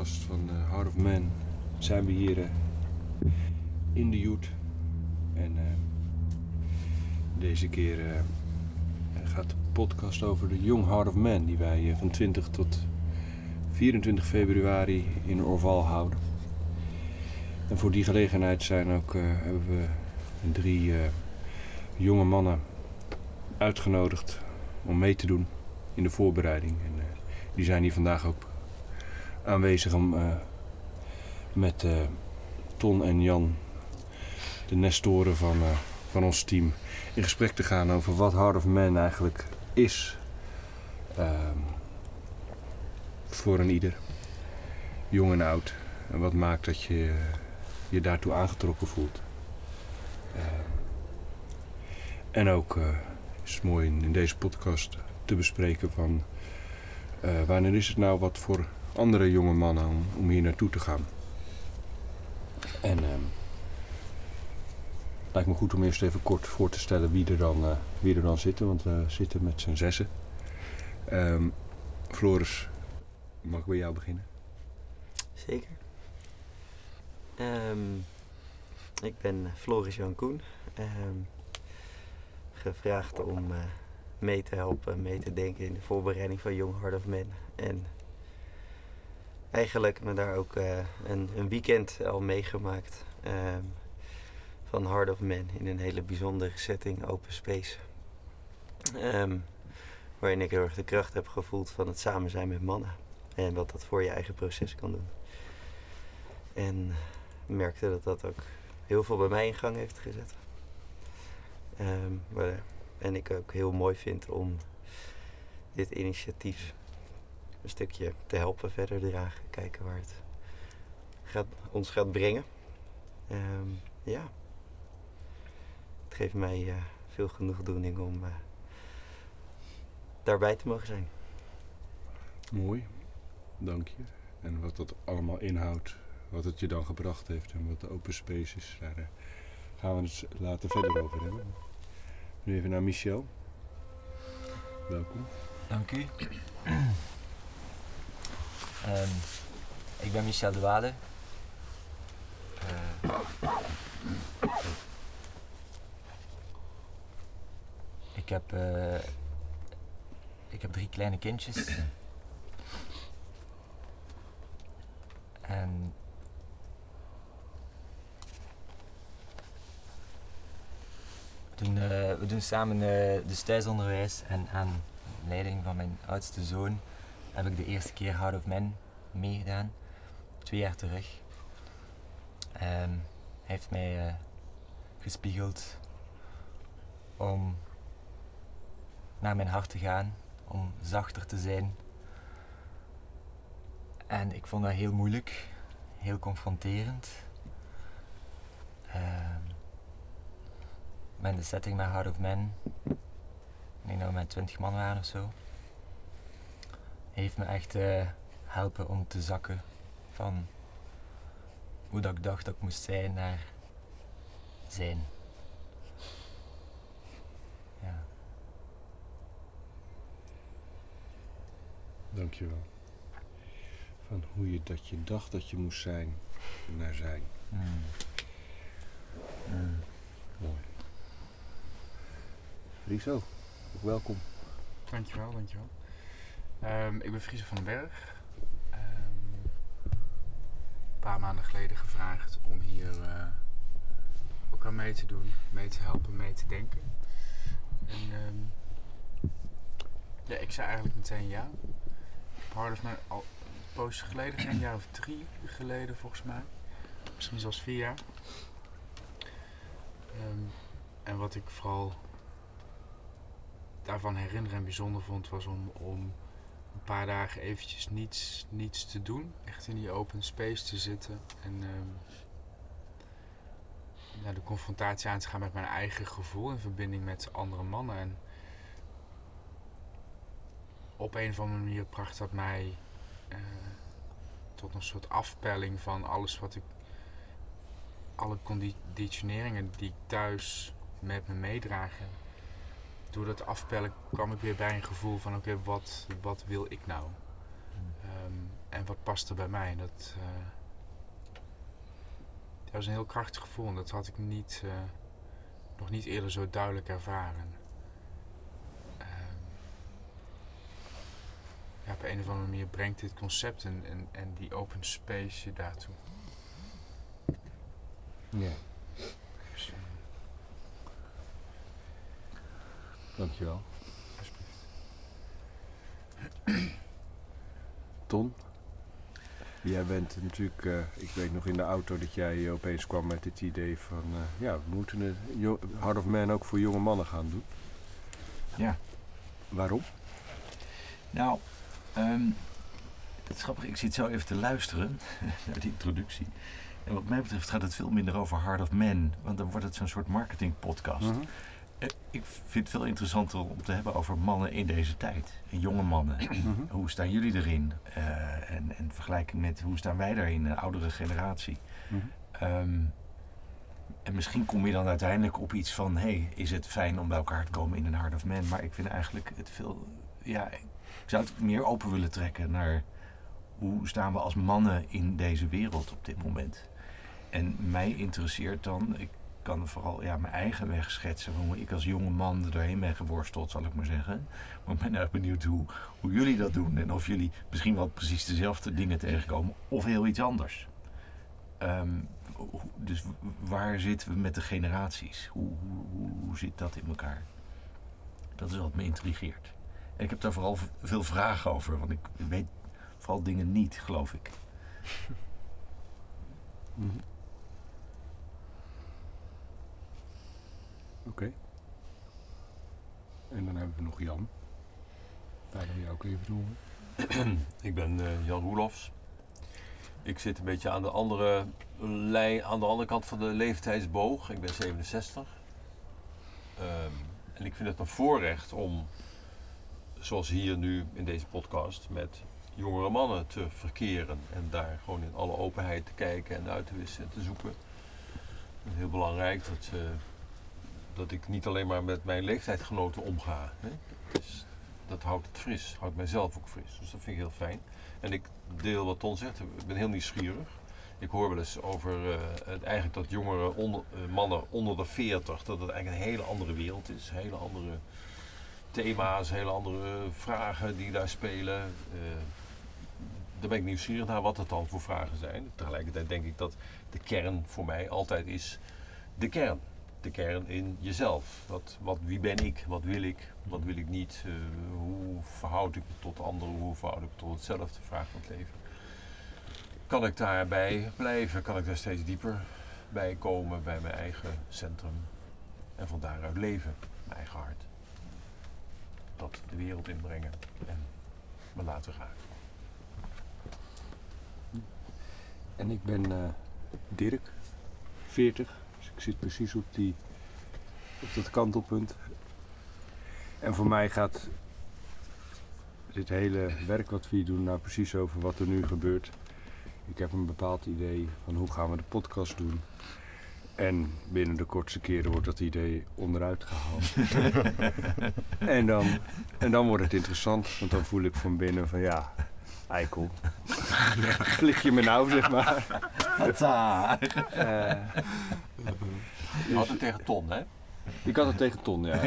podcast van Heart of Man zijn we hier in de Joet. En deze keer gaat de podcast over de Young Heart of Man die wij van 20 tot 24 februari in Orval houden. En voor die gelegenheid hebben we 3 jonge mannen uitgenodigd om mee te doen in de voorbereiding. En die zijn hier vandaag ook aanwezig om met Ton en Jan, de nestoren van ons team, in gesprek te gaan over wat Heart of Man eigenlijk is voor een ieder, jong en oud. En wat maakt dat je je daartoe aangetrokken voelt. En ook is het mooi in deze podcast te bespreken van wanneer is het nou wat voor andere jonge mannen om hier naartoe te gaan. En het lijkt me goed om eerst even kort voor te stellen wie er dan zitten, want we zitten met z'n 6. Floris, mag ik bij jou beginnen? Zeker. Ik ben Floris Jan Koen. Gevraagd om mee te helpen, mee te denken in de voorbereiding van Young Heart of Man. En eigenlijk me daar ook een weekend al meegemaakt van Heart of Man in een hele bijzondere setting, open space. Waarin ik heel erg de kracht heb gevoeld van het samen zijn met mannen. En wat dat voor je eigen proces kan doen. En merkte dat dat ook heel veel bij mij in gang heeft gezet. En ik ook heel mooi vind om dit initiatief een stukje te helpen verder dragen. Kijken waar het ons gaat brengen. Ja. Het geeft mij veel genoegdoening om daarbij te mogen zijn. Mooi, dank je. En wat dat allemaal inhoudt, wat het je dan gebracht heeft en wat de open space is, daar gaan we het later verder over hebben. Nu even naar Michel. Welkom. Dank u. Ik ben Michel de Wade. Ik heb 3 kleine kindjes. En we doen samen dus thuisonderwijs en aan leiding van mijn oudste zoon heb ik de eerste keer Heart of Man meegedaan, 2 jaar terug. Hij heeft mij gespiegeld om naar mijn hart te gaan, om zachter te zijn. En ik vond dat heel moeilijk, heel confronterend. Maar in de setting met Heart of Man, ik denk dat we met 20 man waren of zo, heeft me echt helpen om te zakken van hoe dat ik dacht dat ik moest zijn naar zijn. Ja. Dankjewel. Van hoe je dat je dacht dat je moest zijn naar zijn. Mooi. Friso, welkom. Dankjewel. Ik ben Friso van den Berg. Een paar maanden geleden gevraagd om hier ook aan mee te doen, mee te helpen, mee te denken. En ja, ik zei eigenlijk meteen ja. Ik heb Heart of Man al een poosje geleden, een jaar of 3 geleden volgens mij. Misschien zelfs 4 jaar. En wat ik vooral daarvan herinneren en bijzonder vond, was om een paar dagen eventjes niets te doen. Echt in die open space te zitten en de confrontatie aan te gaan met mijn eigen gevoel in verbinding met andere mannen. En op een of andere manier bracht dat mij tot een soort afpelling van alles wat ik, alle conditioneringen die ik thuis met me meedraag. En door dat afpellen kwam ik weer bij een gevoel van oké, wat wil ik nou? En wat paste bij mij. Dat was een heel krachtig gevoel. En dat had ik nog niet eerder zo duidelijk ervaren. Op een of andere manier brengt dit concept en die open space je daartoe. Ja. Dus, Dankjewel. alsjeblieft. Ton? Jij bent natuurlijk, ik weet nog in de auto dat jij opeens kwam met het idee van... we moeten het Heart of Man ook voor jonge mannen gaan doen. Ja. Waarom? Nou, het is grappig, ik zit zo even te luisteren naar die introductie. En wat mij betreft gaat het veel minder over Heart of Man, want dan wordt het zo'n soort marketingpodcast. Mhm. Ik vind het veel interessanter om te hebben over mannen in deze tijd. En jonge mannen. Mhm. Hoe staan jullie erin? En vergelijking met hoe staan wij daarin, de oudere generatie. Mhm. En misschien kom je dan uiteindelijk op iets van... is het fijn om bij elkaar te komen in een Heart of Man? Maar ik vind eigenlijk het veel... Ja, ik zou het meer open willen trekken naar... hoe staan we als mannen in deze wereld op dit moment? En mij interesseert dan... Ik kan vooral mijn eigen weg schetsen... hoe ik als jonge man er doorheen ben geworsteld, zal ik maar zeggen. Maar ik ben erg benieuwd hoe jullie dat doen. En of jullie misschien wel precies dezelfde dingen tegenkomen... of heel iets anders. Dus waar zitten we met de generaties? Hoe zit dat in elkaar? Dat is wat me intrigeert. En ik heb daar vooral veel vragen over, want ik weet vooral dingen niet, geloof ik. Mhm. Oké. En dan hebben we nog Jan. Daar wil je ook even doen. Ik ben Jan Roelofs. Ik zit een beetje aan de andere aan de andere kant van de leeftijdsboog. Ik ben 67. En ik vind het een voorrecht om, zoals hier nu in deze podcast, met jongere mannen te verkeren. En daar gewoon in alle openheid te kijken en uit te wisselen en te zoeken. Het is heel belangrijk dat ik niet alleen maar met mijn leeftijdgenoten omga. Hè. Dus dat houdt het fris, houdt mijzelf ook fris. Dus dat vind ik heel fijn. En ik deel wat Ton zegt, ik ben heel nieuwsgierig. Ik hoor wel eens over eigenlijk dat jongere mannen onder de 40, dat het eigenlijk een hele andere wereld is. Hele andere thema's, hele andere vragen die daar spelen. Daar ben ik nieuwsgierig naar wat het dan voor vragen zijn. Tegelijkertijd denk ik dat de kern voor mij altijd is de kern. De kern in jezelf. Wie ben ik? Wat wil ik niet? Hoe verhoud ik me tot anderen? Hoe verhoud ik me tot hetzelfde? Vraag van het leven. Kan ik daarbij blijven? Kan ik daar steeds dieper bij komen bij mijn eigen centrum? En van daaruit leven, mijn eigen hart. Dat de wereld inbrengen en me laten gaan. En ik ben Dirk, 40. Dus ik zit precies op dat kantelpunt. En voor mij gaat dit hele werk wat we hier doen nou precies over wat er nu gebeurt. Ik heb een bepaald idee van hoe gaan we de podcast doen. En binnen de kortste keren wordt dat idee onderuit gehaald. en dan wordt het interessant, want dan voel ik van binnen van eikel. Vlieg je me nou, zeg maar. Je had het tegen Ton, hè? Ik had het tegen Ton, ja.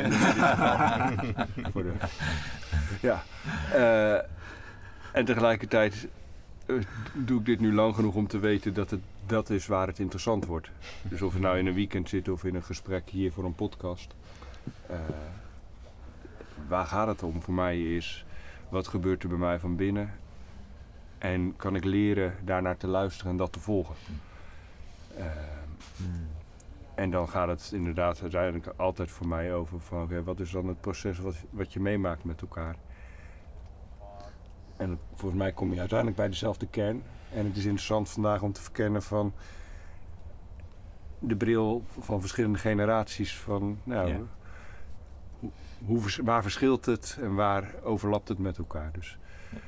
En tegelijkertijd doe ik dit nu lang genoeg om te weten dat is waar het interessant wordt. Dus of we nou in een weekend zitten of in een gesprek hier voor een podcast. Waar gaat het om? Voor mij is, wat gebeurt er bij mij van binnen? En kan ik leren daarnaar te luisteren en dat te volgen? En dan gaat het inderdaad uiteindelijk altijd voor mij over van oké, wat is dan het proces wat je meemaakt met elkaar? En volgens mij kom je uiteindelijk bij dezelfde kern. En het is interessant vandaag om te verkennen van de bril van verschillende generaties van waar verschilt het en waar overlapt het met elkaar. Dus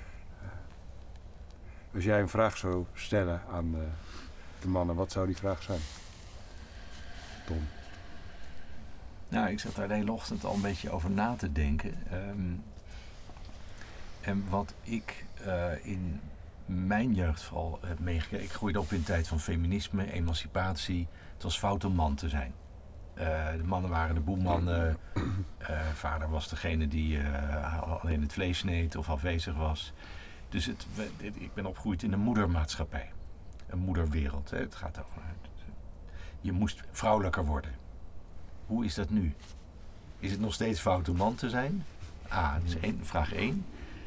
als jij een vraag zou stellen aan de mannen, wat zou die vraag zijn? Tom. Nou, ik zat daar de hele ochtend al een beetje over na te denken. En wat ik in mijn jeugd vooral heb meegekregen. Ik groeide op in een tijd van feminisme, emancipatie. Het was fout om man te zijn. De mannen waren de boemannen. Vader was degene die alleen het vlees sneed of afwezig was. Dus ik ben opgegroeid in een moedermaatschappij. Een moederwereld. Hè. Het gaat over... Je moest vrouwelijker worden. Hoe is dat nu? Is het nog steeds fout om man te zijn? Dat is vraag 1.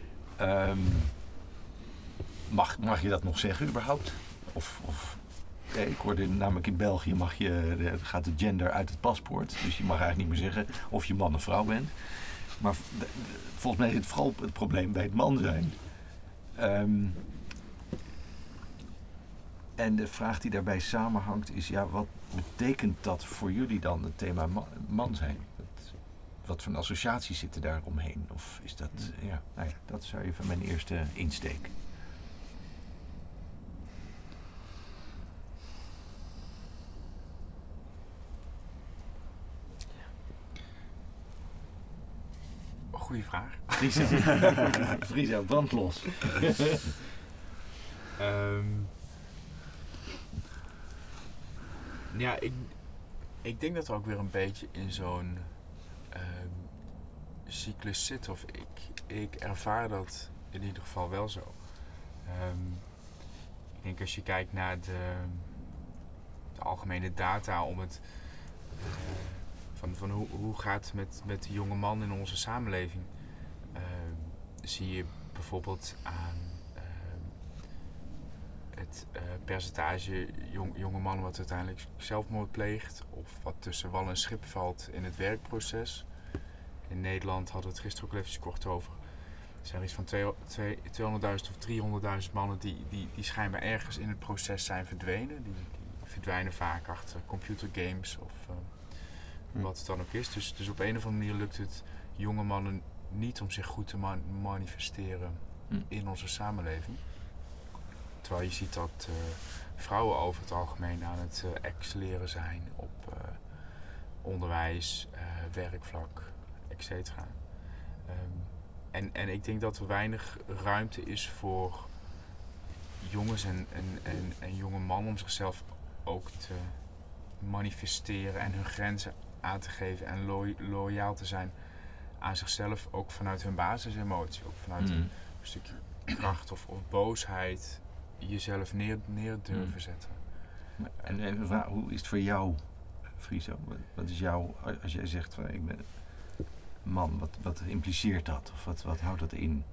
Mag je dat nog zeggen überhaupt? Ik hoorde namelijk in België gaat de gender uit het paspoort. Dus je mag eigenlijk niet meer zeggen of je man of vrouw bent. Maar volgens mij is het vooral het probleem bij het man zijn. En de vraag die daarbij samenhangt is, wat betekent dat voor jullie dan, het thema man zijn? Wat voor associaties zitten daar omheen? Of is dat, dat is even mijn eerste insteek. Goeie vraag. Friso, brand los. Ik denk dat we ook weer een beetje in zo'n cyclus zit. Of ik ervaar dat in ieder geval wel zo. Ik denk als je kijkt naar de algemene data om het van hoe gaat het met de jonge man in onze samenleving, zie je bijvoorbeeld aan het percentage jonge mannen wat uiteindelijk zelfmoord pleegt of wat tussen wal en schip valt in het werkproces. In Nederland hadden we het gisteren ook even kort over. Er zijn iets van 200.000 of 300.000 mannen die schijnbaar ergens in het proces zijn verdwenen. Die verdwijnen vaak achter computergames of wat het dan ook is. Dus op een of andere manier lukt het jonge mannen niet om zich goed te manifesteren in onze samenleving. Terwijl je ziet dat vrouwen over het algemeen aan het excelleren zijn op onderwijs, werkvlak, etc. En ik denk dat er weinig ruimte is voor jongens en jonge mannen om zichzelf ook te manifesteren en hun grenzen aan te geven en loyaal te zijn aan zichzelf, ook vanuit hun basisemotie, ook vanuit een stukje kracht of boosheid jezelf neer durven zetten. En even vragen, hoe is het voor jou, Friso? Wat is jouw, als jij zegt van ik ben man, wat impliceert dat? Of wat houdt dat in?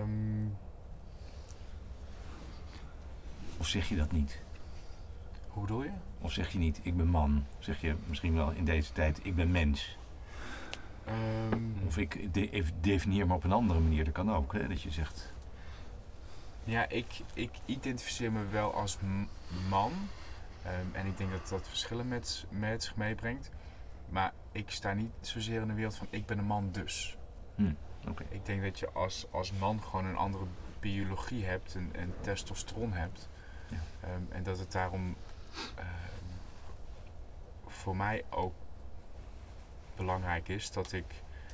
Of zeg je dat niet? Hoe bedoel je? Of zeg je niet, ik ben man? Zeg je misschien wel in deze tijd, ik ben mens? Of ik definieer me op een andere manier, dat kan ook, hè? Dat je zegt... Ja, ik identificeer me wel als man. En ik denk dat dat verschillen met zich meebrengt. Maar ik sta niet zozeer in de wereld van ik ben een man dus. Okay. Ik denk dat je als man gewoon een andere biologie hebt en testosteron hebt. Ja. En dat het daarom voor mij ook belangrijk is dat ik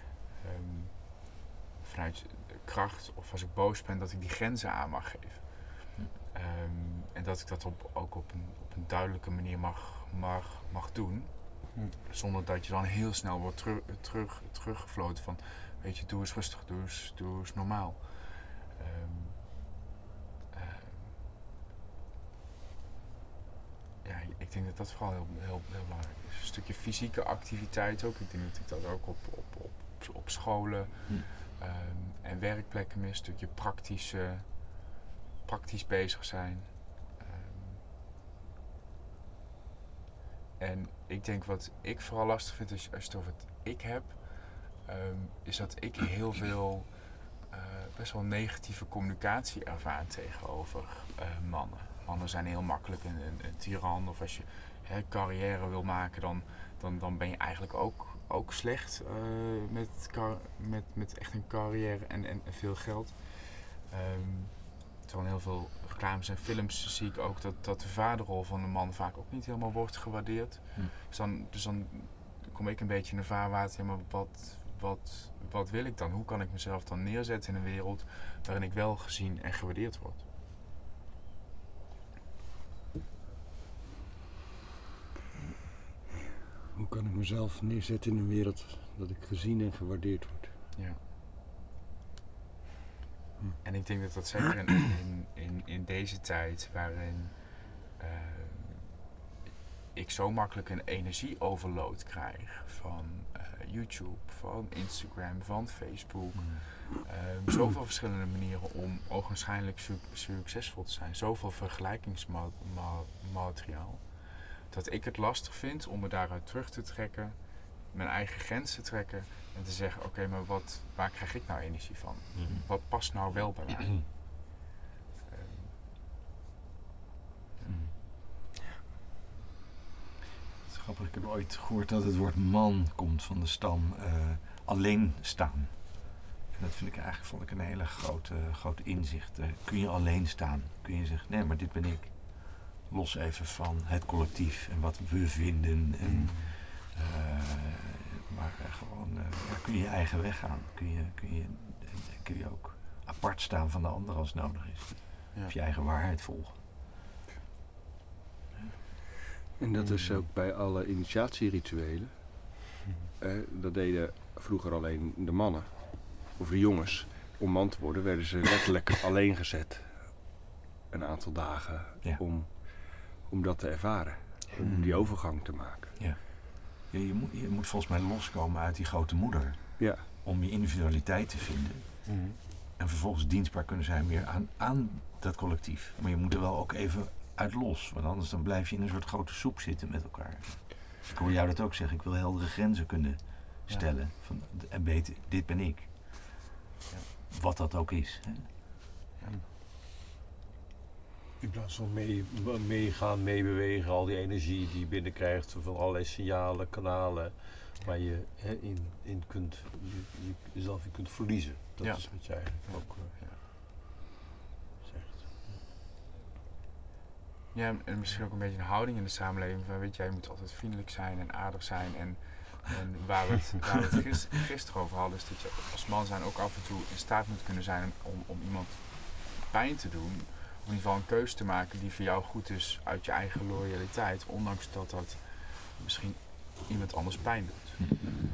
vanuit kracht of als ik boos ben dat ik die grenzen aan mag geven. En dat ik dat ook op een duidelijke manier mag doen. Zonder dat je dan heel snel wordt teruggefloten van weet je, doe eens rustig, doe eens normaal. Ik denk dat dat vooral heel belangrijk is. Een stukje fysieke activiteit ook. Ik denk dat ik dat ook op scholen en werkplekken mis. Een stukje praktisch bezig zijn. En ik denk wat ik vooral lastig vind als je het over het ik heb, is dat ik heel veel best wel negatieve communicatie ervaar tegenover mannen. Mannen zijn heel makkelijk een tiran, of als je carrière wil maken, dan ben je eigenlijk ook slecht met echt een carrière en veel geld. Terwijl in heel veel reclames en films zie ik ook dat de vaderrol van de man vaak ook niet helemaal wordt gewaardeerd. Dus dan kom ik een beetje in de vaarwater, maar wat wil ik dan? Hoe kan ik mezelf dan neerzetten in een wereld waarin ik wel gezien en gewaardeerd word? kan ik mezelf neerzetten in een wereld dat ik gezien en gewaardeerd word? Ja. Hm. En ik denk dat dat zeker in deze tijd waarin ik zo makkelijk een energieoverload krijg van YouTube, van Instagram, van Facebook. Zoveel verschillende manieren om ogenschijnlijk succesvol te zijn. Zoveel vergelijkingsmateriaal. Dat ik het lastig vind om me daaruit terug te trekken, mijn eigen grens te trekken en te zeggen, oké, maar waar krijg ik nou energie van? Wat past nou wel bij mij? Het is grappig, ik heb ooit gehoord dat het woord man komt van de stam alleen staan. En dat vond ik een hele groot inzicht. Kun je alleen staan? Kun je zeggen, nee, maar dit ben ik. Los even van het collectief en wat we vinden. En, maar gewoon, kun je je eigen weg gaan. Kun je ook apart staan van de ander als het nodig is. Ja. Of je eigen waarheid volgen. En dat is ook bij alle initiatierituelen. Dat deden vroeger alleen de mannen. Of de jongens. Om man te worden werden ze letterlijk alleen gezet. Een aantal dagen om dat te ervaren. Om die overgang te maken. Ja. Je moet volgens mij loskomen uit die grote moeder. Ja. Om je individualiteit te vinden. En vervolgens dienstbaar kunnen zijn weer aan dat collectief. Maar je moet er wel ook even uit los. Want anders dan blijf je in een soort grote soep zitten met elkaar. Ik hoor jou dat ook zeggen. Ik wil heldere grenzen kunnen stellen. En weten, dit ben ik. Ja. Wat dat ook is. Hè? Ja. In plaats van meegaan, meebewegen, al die energie die je binnenkrijgt van allerlei signalen, kanalen, waar je in kunt, jezelf in kunt verliezen. Dat is wat jij eigenlijk ook zegt. Ja, en misschien ook een beetje een houding in de samenleving van, weet je, je moet altijd vriendelijk zijn en aardig zijn. En waar we het gisteren over hadden, is dat je als man zijn ook af en toe in staat moet kunnen zijn om iemand pijn te doen. Of in ieder geval een keuze te maken die voor jou goed is uit je eigen loyaliteit, ondanks dat dat misschien iemand anders pijn doet.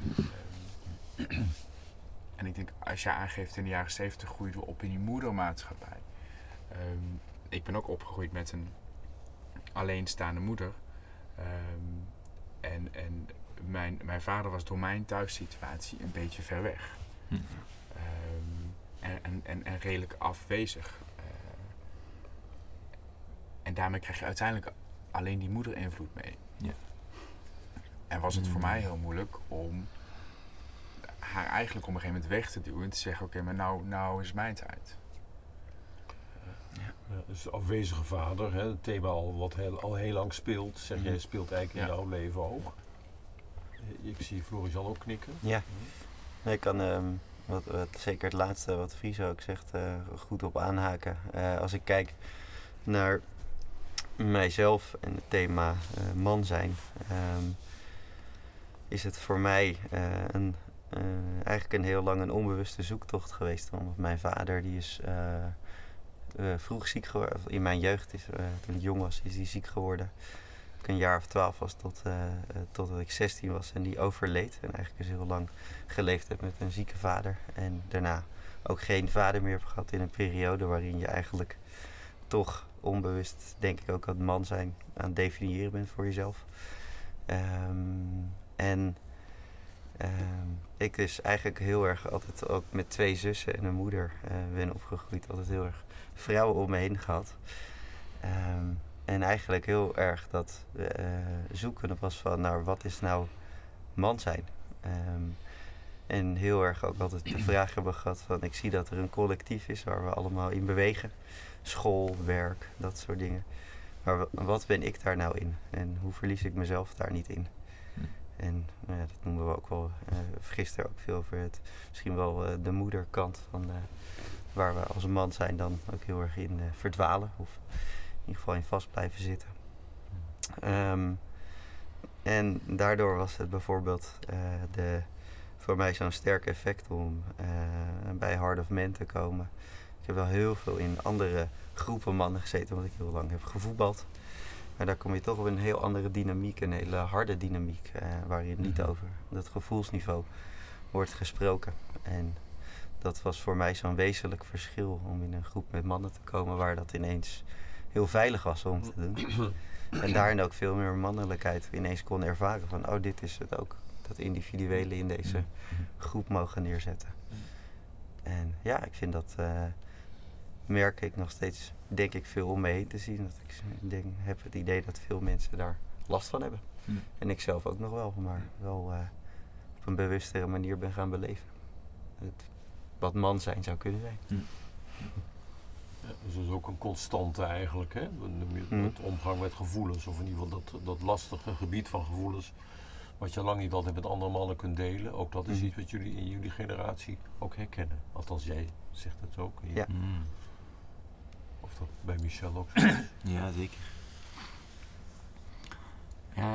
En ik denk, als je aangeeft in de jaren 70 groeiden we op in die moedermaatschappij. Ik ben ook opgegroeid met een alleenstaande moeder. En mijn vader was door mijn thuissituatie een beetje ver weg. En redelijk afwezig. En daarmee krijg je uiteindelijk alleen die moederinvloed mee. Ja. En was het voor mij heel moeilijk om haar eigenlijk op een gegeven moment weg te duwen en te zeggen, oké, maar nou is het mijn tijd. Ja, dus de afwezige vader, hè, het thema wat al heel lang speelt, zeg jij, speelt eigenlijk in jouw leven ook. Ik zie Floris-Jan ook knikken. Ja, nee, ik kan zeker het laatste wat Friso ook zegt goed op aanhaken. Als ik kijk naar mijzelf en het thema man zijn, is het voor mij eigenlijk een heel lang een onbewuste zoektocht geweest. Omdat mijn vader, die is vroeg ziek geworden. In mijn jeugd, toen ik jong was, is hij ziek geworden. Ik een jaar of 12 was totdat ik 16 was en die overleed. En eigenlijk dus heel lang geleefd heb met een zieke vader. En daarna ook geen vader meer heb gehad in een periode waarin je eigenlijk toch onbewust, denk ik ook, aan het man zijn aan het definiëren bent voor jezelf. Ik dus eigenlijk heel erg altijd ook met 2 zussen en een moeder ben opgegroeid. Altijd heel erg vrouwen om me heen gehad. En eigenlijk heel erg dat zoeken was van, nou, wat is nou man zijn? En heel erg ook altijd de vraag hebben gehad van, ik zie dat er een collectief is waar we allemaal in bewegen. School, werk, dat soort dingen. Maar wat ben ik daar nou in? En hoe verlies ik mezelf daar niet in? En nou ja, dat noemen we ook wel gisteren ook veel over het, misschien wel de moederkant van waar we als man zijn dan ook heel erg in verdwalen. Of in ieder geval in vast blijven zitten. En daardoor was het bijvoorbeeld voor mij zo'n sterk effect om bij Heart of Men te komen. Ik heb wel heel veel in andere groepen mannen gezeten, omdat ik heel lang heb gevoetbald. Maar daar kom je toch op een heel andere dynamiek, een hele harde dynamiek, waar je niet over dat gevoelsniveau wordt gesproken. En dat was voor mij zo'n wezenlijk verschil om in een groep met mannen te komen waar dat ineens heel veilig was om te doen. En daarin ook veel meer mannelijkheid ineens kon ervaren van, oh, dit is het ook. Dat individuele in deze groep mogen neerzetten. En ja, ik vind dat, merk ik nog steeds, denk ik, veel om me heen te zien. Dat ik heb het idee dat veel mensen daar last van hebben. En ik zelf ook nog wel, maar wel op een bewustere manier ben gaan beleven. Wat man zijn zou kunnen zijn. Ja, dus dat is ook een constante eigenlijk, hè? Het omgang met gevoelens, of in ieder geval dat lastige gebied van gevoelens, wat je lang niet altijd met andere mannen kunt delen. Ook dat is iets wat jullie in jullie generatie ook herkennen. Althans, jij zegt het ook. Ja. Of dat bij Michel ook zo is. Ja, zeker. Ja,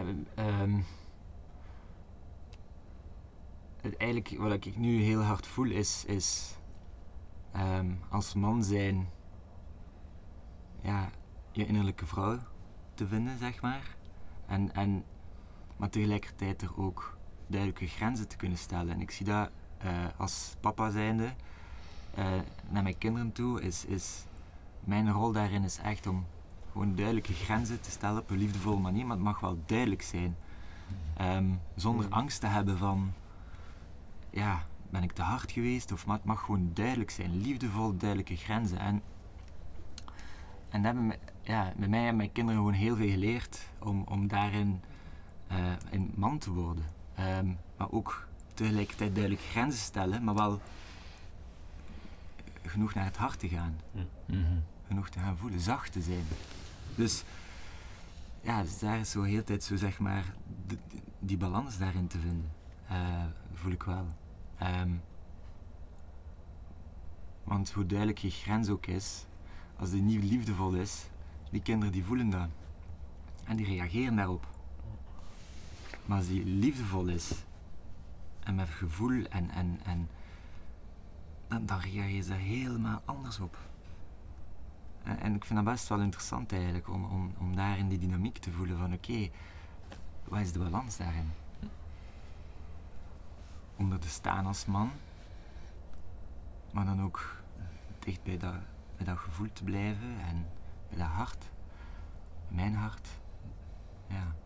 eigenlijk wat ik nu heel hard voel is als man zijn, ja, je innerlijke vrouw te vinden, zeg maar. Maar tegelijkertijd er ook duidelijke grenzen te kunnen stellen. En ik zie dat als papa zijnde naar mijn kinderen toe, is mijn rol daarin is echt om gewoon duidelijke grenzen te stellen op een liefdevolle manier, maar het mag wel duidelijk zijn. Zonder angst te hebben van, ja, ben ik te hard geweest? Maar het mag gewoon duidelijk zijn, liefdevol, duidelijke grenzen. En dat hebben bij mij en mijn kinderen gewoon heel veel geleerd om daarin een man te worden. Maar ook tegelijkertijd duidelijke grenzen stellen, maar wel genoeg naar het hart te gaan. Genoeg te gaan voelen, zacht te zijn. Dus ja, dus daar is zo heel de tijd zo, zeg maar, die balans daarin te vinden. Voel ik wel. Want hoe duidelijk je grens ook is, als die niet liefdevol is, die kinderen die voelen dat. En die reageren daarop. Maar als die liefdevol is, en met gevoel, dan reageer je daar helemaal anders op. En ik vind dat best wel interessant eigenlijk, om daarin die dynamiek te voelen van oké, wat is de balans daarin? Om er te staan als man, maar dan ook dicht bij dat gevoel te blijven en bij dat hart, mijn hart, ja.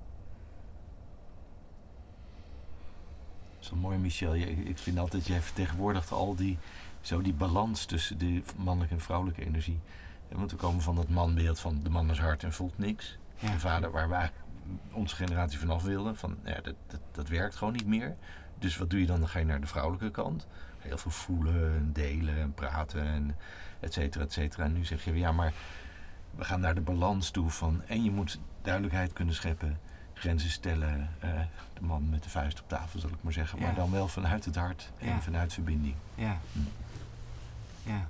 Zo mooi, Michel. Ik vind altijd, jij vertegenwoordigt al die balans tussen de mannelijke en vrouwelijke energie. Want we komen van dat manbeeld van de man is hard en voelt niks. Ja. Een vader waar we eigenlijk onze generatie vanaf wilden. Van, ja, dat werkt gewoon niet meer. Dus wat doe je dan? Dan ga je naar de vrouwelijke kant. Heel veel voelen en delen en praten en et cetera, et cetera. En nu zeg je, ja, maar we gaan naar de balans toe van, en je moet duidelijkheid kunnen scheppen, grenzen stellen, de man met de vuist op tafel, zal ik maar zeggen. Ja. Maar dan wel vanuit het hart en Ja. vanuit verbinding. Ja. Ja.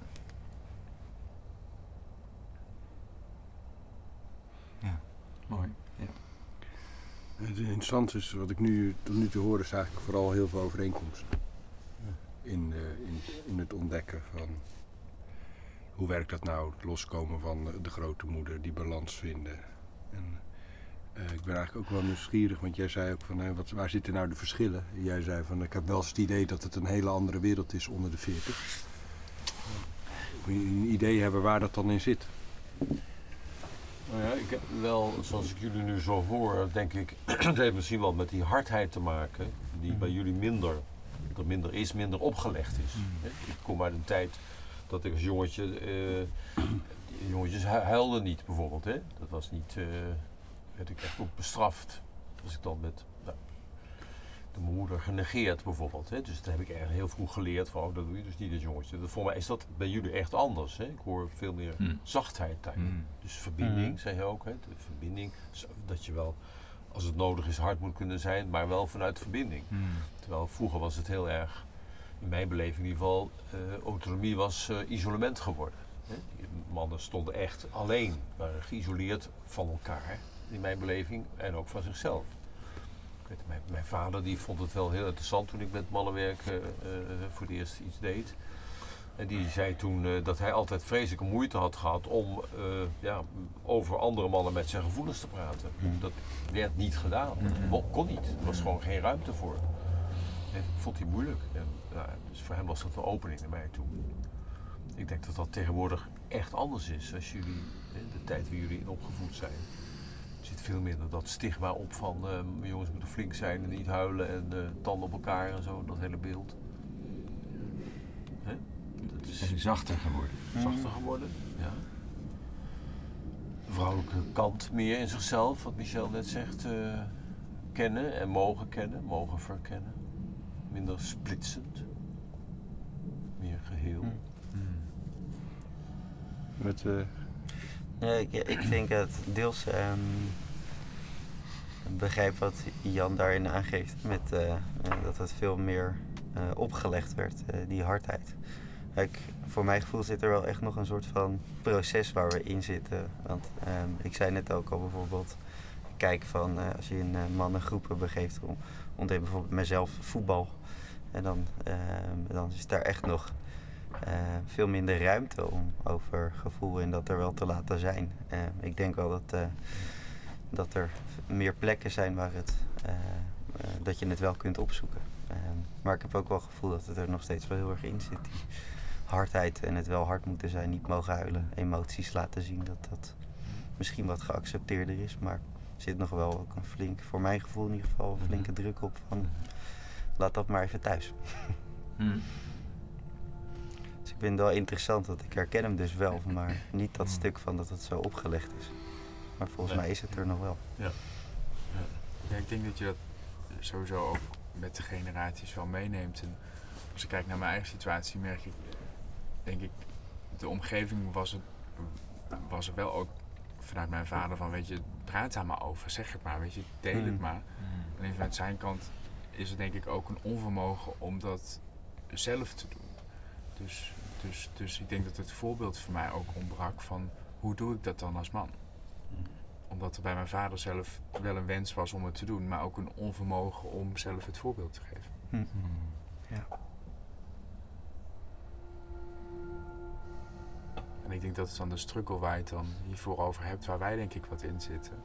Ja. Mooi. Ja. Het interessante is, wat ik nu tot nu toe hoor, is eigenlijk vooral heel veel overeenkomsten. In het ontdekken van hoe werkt dat nou, het loskomen van de grote moeder, die balans vinden. En ik ben eigenlijk ook wel nieuwsgierig, want jij zei ook van waar zitten nou de verschillen? Jij zei van ik heb wel eens het idee dat het een hele andere wereld is onder de 40. Moet je een idee hebben waar dat dan in zit? Nou ja, ik heb wel, zoals ik jullie nu zo hoor, denk ik, het heeft misschien wel met die hardheid te maken, die bij jullie minder opgelegd is. Ik kom uit een tijd dat ik als jongetje, jongetjes huilden niet bijvoorbeeld. Hè? Dat was niet, werd ik echt ook bestraft. Als ik dan met de moeder genegeerd bijvoorbeeld. Hè? Dus dat heb ik echt heel vroeg geleerd van, dat doe je dus niet als jongetje. Voor mij is dat bij jullie echt anders. Hè? Ik hoor veel meer zachtheid daarin. Dus verbinding, zei je ook. Hè? De verbinding, dat je wel, als het nodig is, hard moet kunnen zijn, maar wel vanuit verbinding. Terwijl vroeger was het heel erg, in mijn beleving in ieder geval, autonomie was isolement geworden. Hè? Mannen stonden echt alleen, waren geïsoleerd van elkaar, in mijn beleving, en ook van zichzelf. Ik weet, mijn vader die vond het wel heel interessant toen ik met mannenwerk voor het eerst iets deed. En die zei toen dat hij altijd vreselijke moeite had gehad om over andere mannen met zijn gevoelens te praten. Dat werd niet gedaan. Dat kon niet. Er was gewoon geen ruimte voor. En dat vond hij moeilijk. En, dus voor hem was dat een opening naar mij toe. Ik denk dat dat tegenwoordig echt anders is als jullie, de tijd waar jullie in opgevoed zijn. Er zit veel minder dat stigma op van jongens moeten flink zijn en niet huilen en tanden op elkaar en zo, dat hele beeld. Hè? Dat is zachter geworden. zachter geworden, ja. De vrouwelijke kant meer in zichzelf, wat Michel net zegt, kennen en mogen verkennen. Minder splitsend, meer geheel. Ja, ik denk dat deels begrijp wat Jan daarin aangeeft, met dat het veel meer opgelegd werd, die hardheid. Kijk, voor mijn gevoel zit er wel echt nog een soort van proces waar we in zitten. Want ik zei net ook al bijvoorbeeld, kijk van als je in mannengroepen begeeft, onder bijvoorbeeld mezelf voetbal. En dan is daar echt nog veel minder ruimte om over gevoel en dat er wel te laten zijn. Ik denk wel dat er meer plekken zijn waar dat je het wel kunt opzoeken. Maar ik heb ook wel het gevoel dat het er nog steeds wel heel erg in zit. Die hardheid en het wel hard moeten zijn, niet mogen huilen, emoties laten zien. Dat misschien wat geaccepteerder is, maar er zit nog wel ook een flink, voor mijn gevoel in ieder geval, een flinke druk op van laat dat maar even thuis. Dus ik vind het wel interessant, dat ik herken hem dus wel, maar niet dat stuk van dat het zo opgelegd is. Maar volgens mij is het er nog wel. Ja, ik denk dat je dat sowieso ook met de generaties wel meeneemt. En als ik kijk naar mijn eigen situatie, merk ik, denk ik, de omgeving was er wel ook vanuit mijn vader van, weet je, praat daar maar over, zeg het maar, weet je, deel het maar. Alleen vanuit zijn kant is het denk ik ook een onvermogen om dat zelf te doen. Dus ik denk dat het voorbeeld voor mij ook ontbrak van, hoe doe ik dat dan als man? Omdat er bij mijn vader zelf wel een wens was om het te doen, maar ook een onvermogen om zelf het voorbeeld te geven. Ja. En ik denk dat het dan de struggle waar je het dan hiervoor over hebt, waar wij denk ik wat in zitten.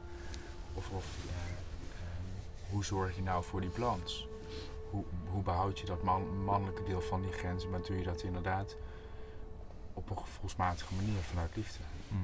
Hoe zorg je nou voor die balans? Hoe behoud je dat mannelijke deel van die grens, maar doe je dat inderdaad op een gevoelsmatige manier vanuit liefde?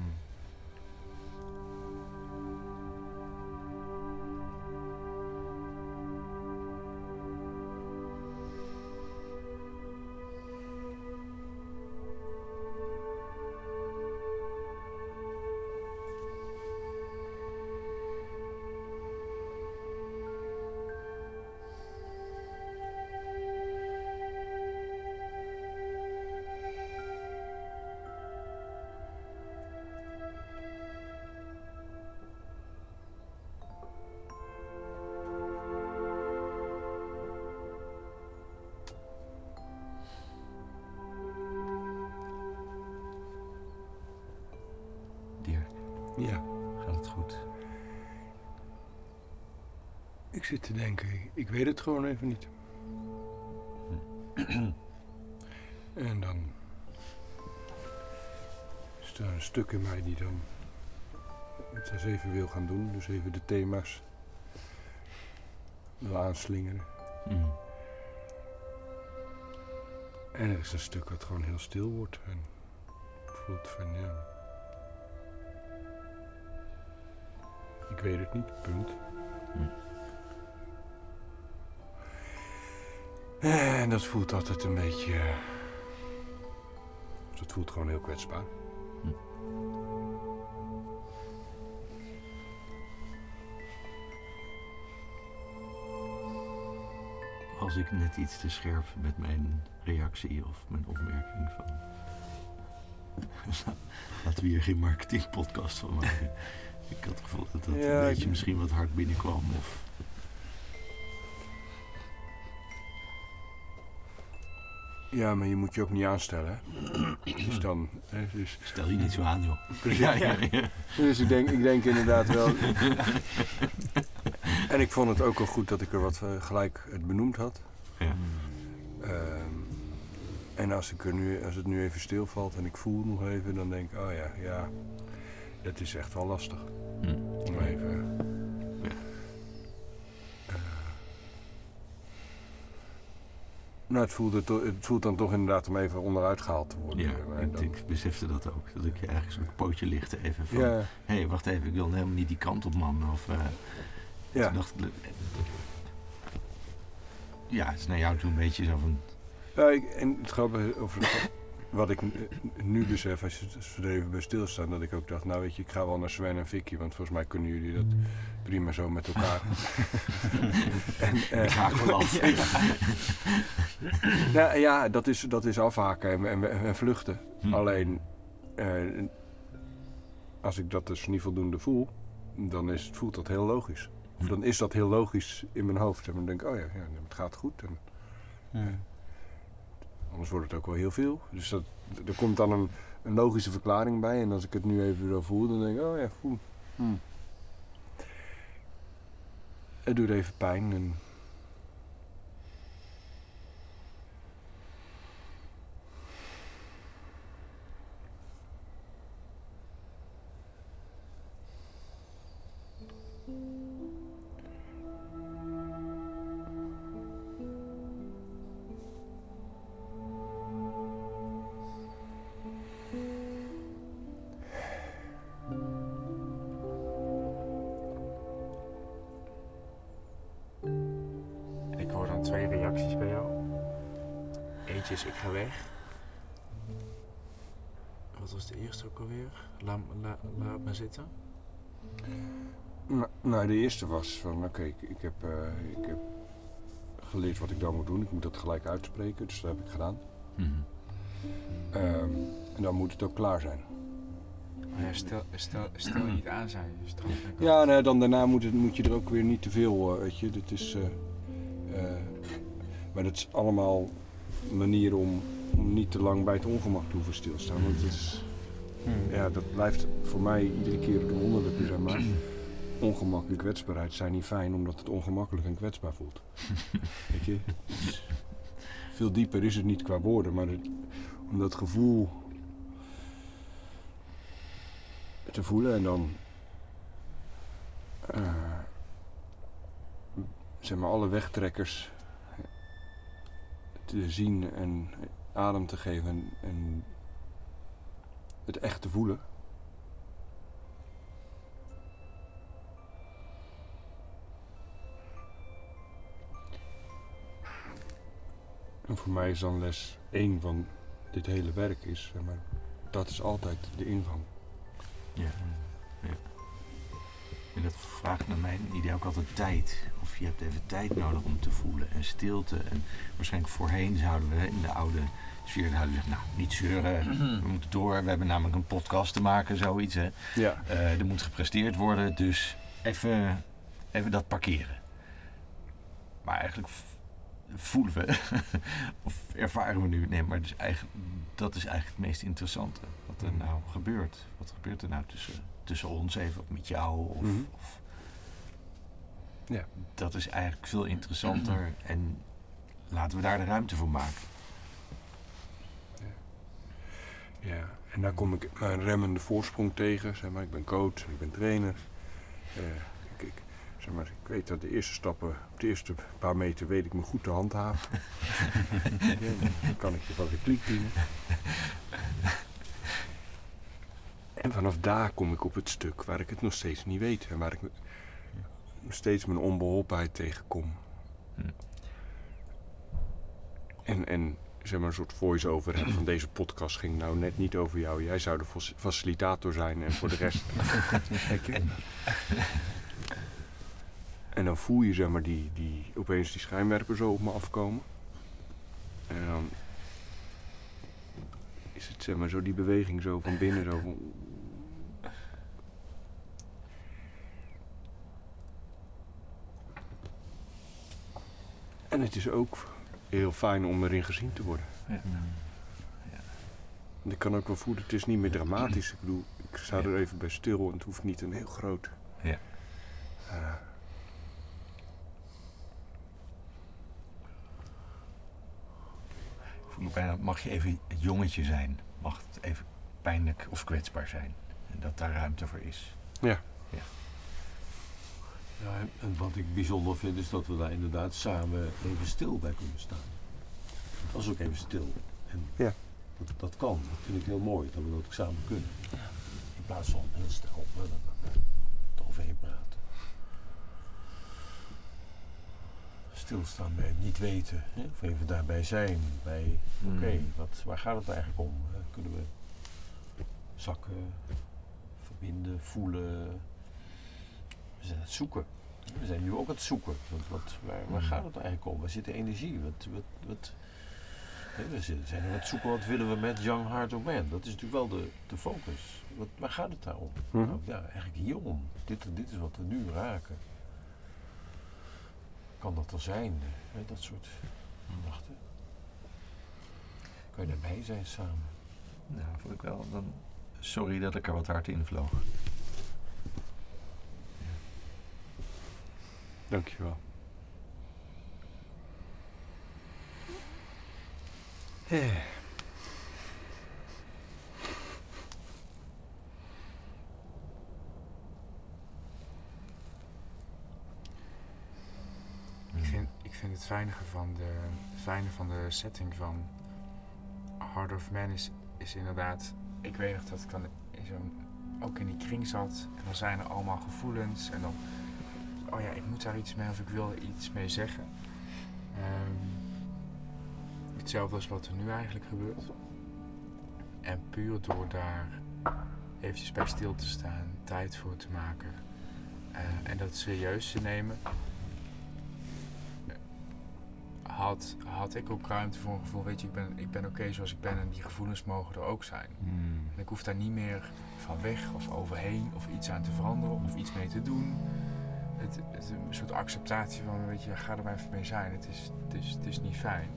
Ja, Gaat het goed? ik zit te denken, ik weet het gewoon even niet. En dan is er een stuk in mij die dan het eens even wil gaan doen. Dus even de thema's wil aanslingeren. En er is een stuk wat gewoon heel stil wordt. En voelt van ja, ik weet het niet, punt. En dat voelt altijd een beetje... dat voelt gewoon heel kwetsbaar. Was ik net iets te scherp met mijn reactie of mijn opmerking van... Laten we hier geen marketingpodcast van maken. Ik had het gevoel dat dat een beetje misschien wat hard binnenkwam. Of... Ja, maar je moet je ook niet aanstellen. Dus dan... Dus... Stel je niet zo aan, joh. Ja. Dus ik denk inderdaad wel... En ik vond het ook wel goed dat ik er wat gelijk het benoemd had. Ja. En als het nu even stilvalt en ik voel nog even, dan denk ik, oh ja, dat is echt wel lastig. Om even... Nou, het voelt dan toch inderdaad om even onderuit gehaald te worden. Ja, Maar dan- ik besefte dat ook. Dat ik je eigenlijk zo'n pootje lichtte even van... Ja, Hé, wacht even, ik wil helemaal niet die kant op, man. Of, ja. toen dacht ik... Ja, het is naar jou toe een beetje zo van... Ja, en het grappige over wat ik nu besef, als we er even bij stilstaan, dat ik ook dacht, nou weet je, ik ga wel naar Sven en Vicky, want volgens mij kunnen jullie dat prima zo met elkaar. Ik haak wel af. Nou ja, dat is afhaken en vluchten. Alleen, als ik dat dus niet voldoende voel, dan voelt dat heel logisch. Of dan is dat heel logisch in mijn hoofd. En dan denk ik, oh ja, het gaat goed. En, anders wordt het ook wel heel veel. Dus er komt dan een logische verklaring bij. En als ik het nu even zo voel, dan denk ik, oh ja, voel. Het doet even pijn. En Ik hoor dan 2 reacties bij jou. Eentje is ik ga weg. Wat was de eerste ook alweer? Laat me zitten. nou, de eerste was van, oké, ik heb geleerd wat ik dan moet doen. Ik moet dat gelijk uitspreken, dus dat heb ik gedaan. En dan moet het ook klaar zijn. Maar ja, stel je niet aan, zei je. Straf, denk ik. Ja, nee, dan daarna moet je er ook weer niet te veel, weet je. Dit is, maar dat is allemaal manieren om niet te lang bij het ongemak te hoeven stilstaan. Want het is, ja, dat blijft voor mij iedere keer de wonderlijke, zeg maar. Ongemak en kwetsbaarheid zijn niet fijn omdat het ongemakkelijk en kwetsbaar voelt. Weet je? Veel dieper is het niet qua woorden, maar om dat gevoel te voelen en dan zeg maar alle wegtrekkers te zien en adem te geven en het echt te voelen. En voor mij is dan les 1 van dit hele werk is, zeg maar, dat is altijd de ingang. Ja. En dat vraagt naar mijn idee ook altijd tijd. Of je hebt even tijd nodig om te voelen en stilte. En waarschijnlijk voorheen zouden we in de oude sfeer zeggen, nou, niet zeuren, we moeten door. We hebben namelijk een podcast te maken, zoiets. Hè. Ja. Er moet gepresteerd worden, dus even dat parkeren. Maar eigenlijk voelen we, of ervaren we nu, nee, maar dus dat is eigenlijk het meest interessante. Wat er nou gebeurt. Wat gebeurt er nou tussen ons even, of met jou? Of Ja. Dat is eigenlijk veel interessanter en laten we daar de ruimte voor maken. Ja, en daar kom ik een remmende voorsprong tegen. Zeg maar, ik ben coach, ik ben trainer. Ik weet dat de eerste stappen, op de eerste paar meter weet ik me goed te handhaven. Dan kan ik je van repliek dienen. En vanaf daar kom ik op het stuk waar ik het nog steeds niet weet. En waar ik nog steeds mijn onbeholpenheid tegenkom. En zeg maar een soort voice-over heb van deze podcast ging nou net niet over jou. Jij zou de facilitator zijn en voor de rest... En dan voel je zeg maar opeens die schijnwerper zo op me afkomen. En dan is het zeg maar zo die beweging zo van binnen zo van... En het is ook heel fijn om erin gezien te worden. Ja. En ik kan ook wel voelen, het is niet meer dramatisch. Ik bedoel, ik sta er even bij stil en het hoeft niet een heel groot... Ja. bijna, mag je even het jongetje zijn? Mag het even pijnlijk of kwetsbaar zijn? En dat daar ruimte voor is. Ja. Ja, en wat ik bijzonder vind is dat we daar inderdaad samen even stil bij kunnen staan. Het was ook even stil. En Ja. dat kan. Dat vind ik heel mooi, dat we dat ook samen kunnen. In plaats van heel snel eroverheen praten. Stilstaan bij het niet weten. Hè? Of even daarbij zijn. Bij, oké, waar gaat het eigenlijk om? Kunnen we zakken, verbinden, voelen? We zijn aan het zoeken. We zijn nu ook aan het zoeken. Waar gaat het eigenlijk om? Waar zit de energie? We zijn aan het zoeken, wat willen we met Young Heart of Man? Dat is natuurlijk wel de focus. Waar gaat het daar om? Mhm. Nou, ja, eigenlijk hierom. Dit is wat we nu raken. Kan dat er zijn? Dat soort gedachten. Kan je daarbij zijn samen? Nou, vond ik wel. Dan, sorry dat ik er wat hard in vloog. Dankjewel. Ik vind het fijne van de setting van Heart of Man is inderdaad... Ik weet nog dat ik dan ook in die kring zat en dan zijn er allemaal gevoelens en dan... Oh ja, ik moet daar iets mee of ik wil er iets mee zeggen. Hetzelfde als wat er nu eigenlijk gebeurt. En puur door daar eventjes bij stil te staan, tijd voor te maken en dat serieus te nemen, had ik ook ruimte voor een gevoel, weet je, ik ben oké zoals ik ben en die gevoelens mogen er ook zijn. En ik hoef daar niet meer van weg of overheen of iets aan te veranderen of iets mee te doen. Het is een soort acceptatie van, weet je, ga er maar even mee zijn, het is niet fijn.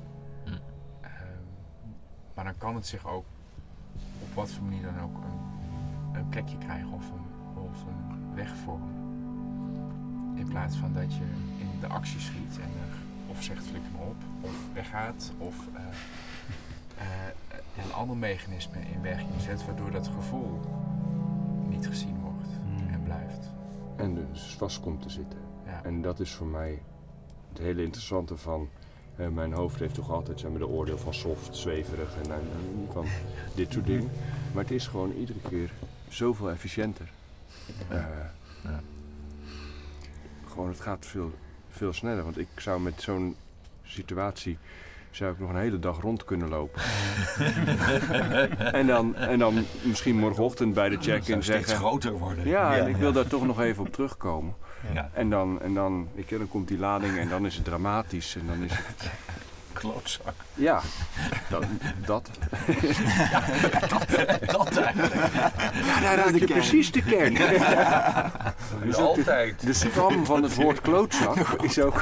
Maar dan kan het zich ook op wat voor manier dan ook een plekje krijgen of een weg vormen. In plaats van dat je in de actie schiet en of zegt flikker me op, of weggaat, of een ander mechanisme in werking zet, waardoor dat gevoel niet gezien wordt en blijft. En dus vast komt te zitten. Ja. En dat is voor mij het hele interessante van... mijn hoofd heeft toch altijd de oordeel van soft, zweverig en van dit soort dingen. Maar het is gewoon iedere keer zoveel efficiënter. Gewoon, het gaat veel sneller. Want ik zou met zo'n situatie nog een hele dag rond kunnen lopen. en dan misschien morgenochtend bij de check-in zeggen... steeds groter worden. Ja, en ik wil daar toch nog even op terugkomen. Ja. En dan komt die lading en dan is het dramatisch en dan is het... Klootzak. Ja, dat. Dat eigenlijk. Ja, daar raak je precies de kern. Dus altijd. De stam van het woord klootzak is ook...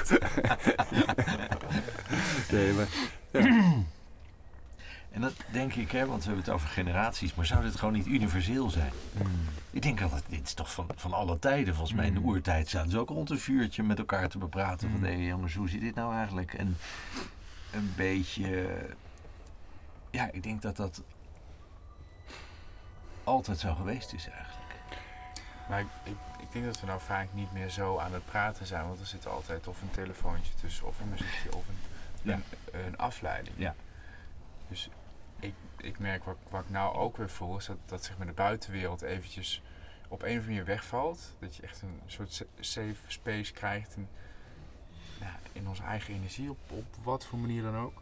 Nee, maar... Ja. En dat denk ik, want we hebben het over generaties, maar zou dit gewoon niet universeel zijn? Ik denk dat dit is toch van alle tijden. Volgens mij in de oertijd zaten ze ook rond een vuurtje met elkaar te bepraten. Van, hé jongens, hoe zit dit nou eigenlijk? En een beetje... Ja, ik denk dat altijd zo geweest is eigenlijk. Maar ik denk dat we nou vaak niet meer zo aan het praten zijn, want er zit altijd of een telefoontje tussen, of een muziekje, of een afleiding. Ja. Dus ik merk wat ik nou ook weer voel, is dat zeg maar de buitenwereld eventjes op een of andere manier wegvalt. Dat je echt een soort safe space krijgt in onze eigen energie, op wat voor manier dan ook.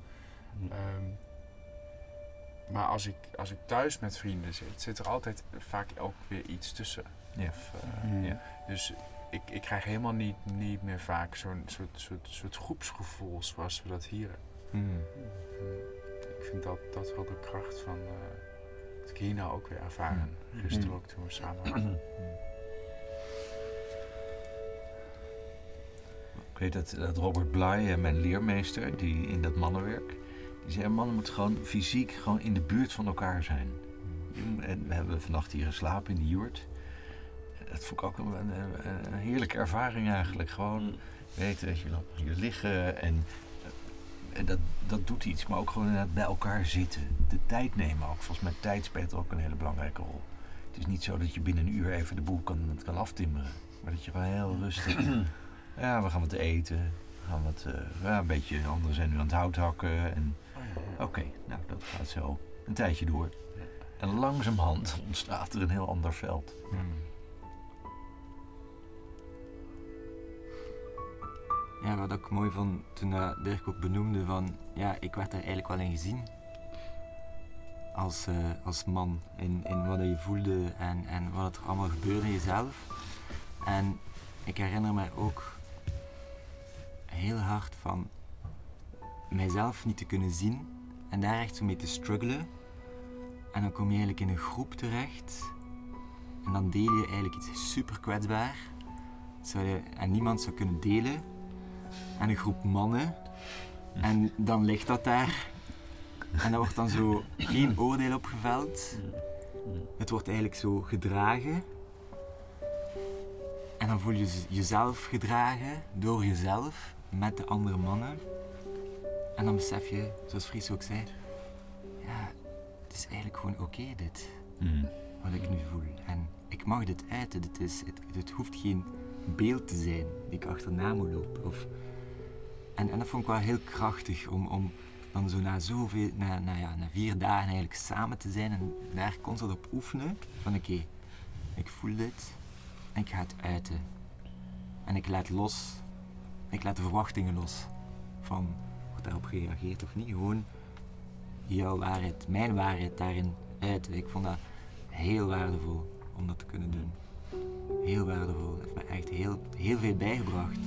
Maar als ik thuis met vrienden zit er altijd vaak ook weer iets tussen. Ja. Dus ik krijg helemaal niet meer vaak zo'n soort groepsgevoel zoals we dat hier hebben. Ik vind dat wel de kracht van wat ik hier nou ook weer ervaren. Gisteren ook toen we samen waren. Ik weet dat Robert Bly, mijn leermeester, die in dat mannenwerk, die zei, mannen moeten gewoon fysiek gewoon in de buurt van elkaar zijn. En we hebben vannacht hier geslapen in de joert. Dat vond ik ook een heerlijke ervaring eigenlijk. Gewoon weten dat je hier liggen en En dat doet iets, maar ook gewoon inderdaad bij elkaar zitten. De tijd nemen ook. Volgens mij tijd speelt ook een hele belangrijke rol. Het is niet zo dat je binnen een uur even de boel kan aftimmeren. Maar dat je gewoon heel rustig... Ja, we gaan wat eten. We gaan een beetje... Anderen zijn nu aan het hout hakken. En oké, nou dat gaat zo een tijdje door. En langzamerhand ontstaat er een heel ander veld. Ja, wat ik mooi vond toen Dirk ook benoemde van... Ja, ik werd er eigenlijk wel in gezien. Als man. In wat je voelde en wat er allemaal gebeurde in jezelf. En ik herinner me ook heel hard van mijzelf niet te kunnen zien en daar echt zo mee te struggelen. En dan kom je eigenlijk in een groep terecht en dan deel je eigenlijk iets super kwetsbaar. En niemand zou kunnen delen. En een groep mannen. En dan ligt dat daar. En er wordt dan zo geen oordeel opgeveld. Het wordt eigenlijk zo gedragen. En dan voel je jezelf gedragen door jezelf met de andere mannen. En dan besef je, zoals Fries ook zei, ja, het is eigenlijk gewoon oké dit, wat ik nu voel. En ik mag dit uiten, het hoeft geen beeld te zijn die ik achterna moet lopen. En dat vond ik wel heel krachtig om dan zo na 4 dagen eigenlijk samen te zijn en daar constant op oefenen. Van oké, ik voel dit en ik ga het uiten. En ik laat los, ik laat de verwachtingen los van wordt daarop gereageerd of niet. Gewoon jouw waarheid, mijn waarheid daarin uiten. Ik vond dat heel waardevol om dat te kunnen doen. Heel waardevol. Het heeft me echt heel veel bijgebracht.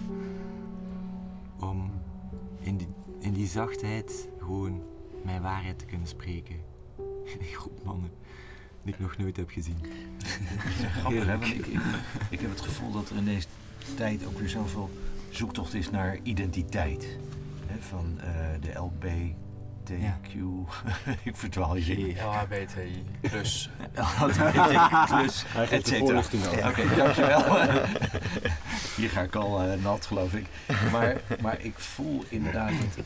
Om in die zachtheid gewoon mijn waarheid te kunnen spreken. In die groep mannen die ik nog nooit heb gezien. Grappig, hè? Want ik heb het gevoel dat er in deze tijd ook weer zoveel zoektocht is naar identiteit. Hè? Van de LBTQ, ik verdwaal je zin. LHBTI plus. Plus, Hij geeft de voorlichting over. Oké, dankjewel. Hier ga ik al nat, geloof ik. Maar ik voel inderdaad dat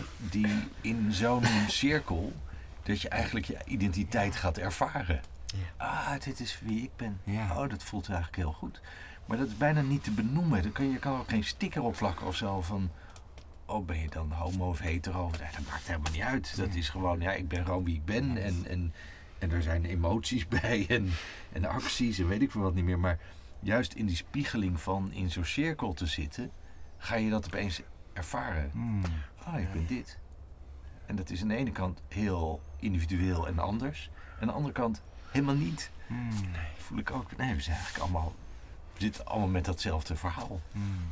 in zo'n cirkel dat je eigenlijk je identiteit gaat ervaren. Ja. Dit is wie ik ben. Ja. Oh, dat voelt eigenlijk heel goed. Maar dat is bijna niet te benoemen. Je kan ook geen sticker opplakken of zo van... Oh, ben je dan homo of hetero? Nee, dat maakt helemaal niet uit. Dat is gewoon, ik ben gewoon wie ik ben. En er zijn emoties bij en acties en weet ik veel wat niet meer. Maar juist in die spiegeling van in zo'n cirkel te zitten... ga je dat opeens ervaren. Ik ben dit. En dat is aan de ene kant heel individueel en anders. En aan de andere kant helemaal niet. Nee, voel ik ook. Nee, we zijn eigenlijk allemaal... We zitten allemaal met datzelfde verhaal.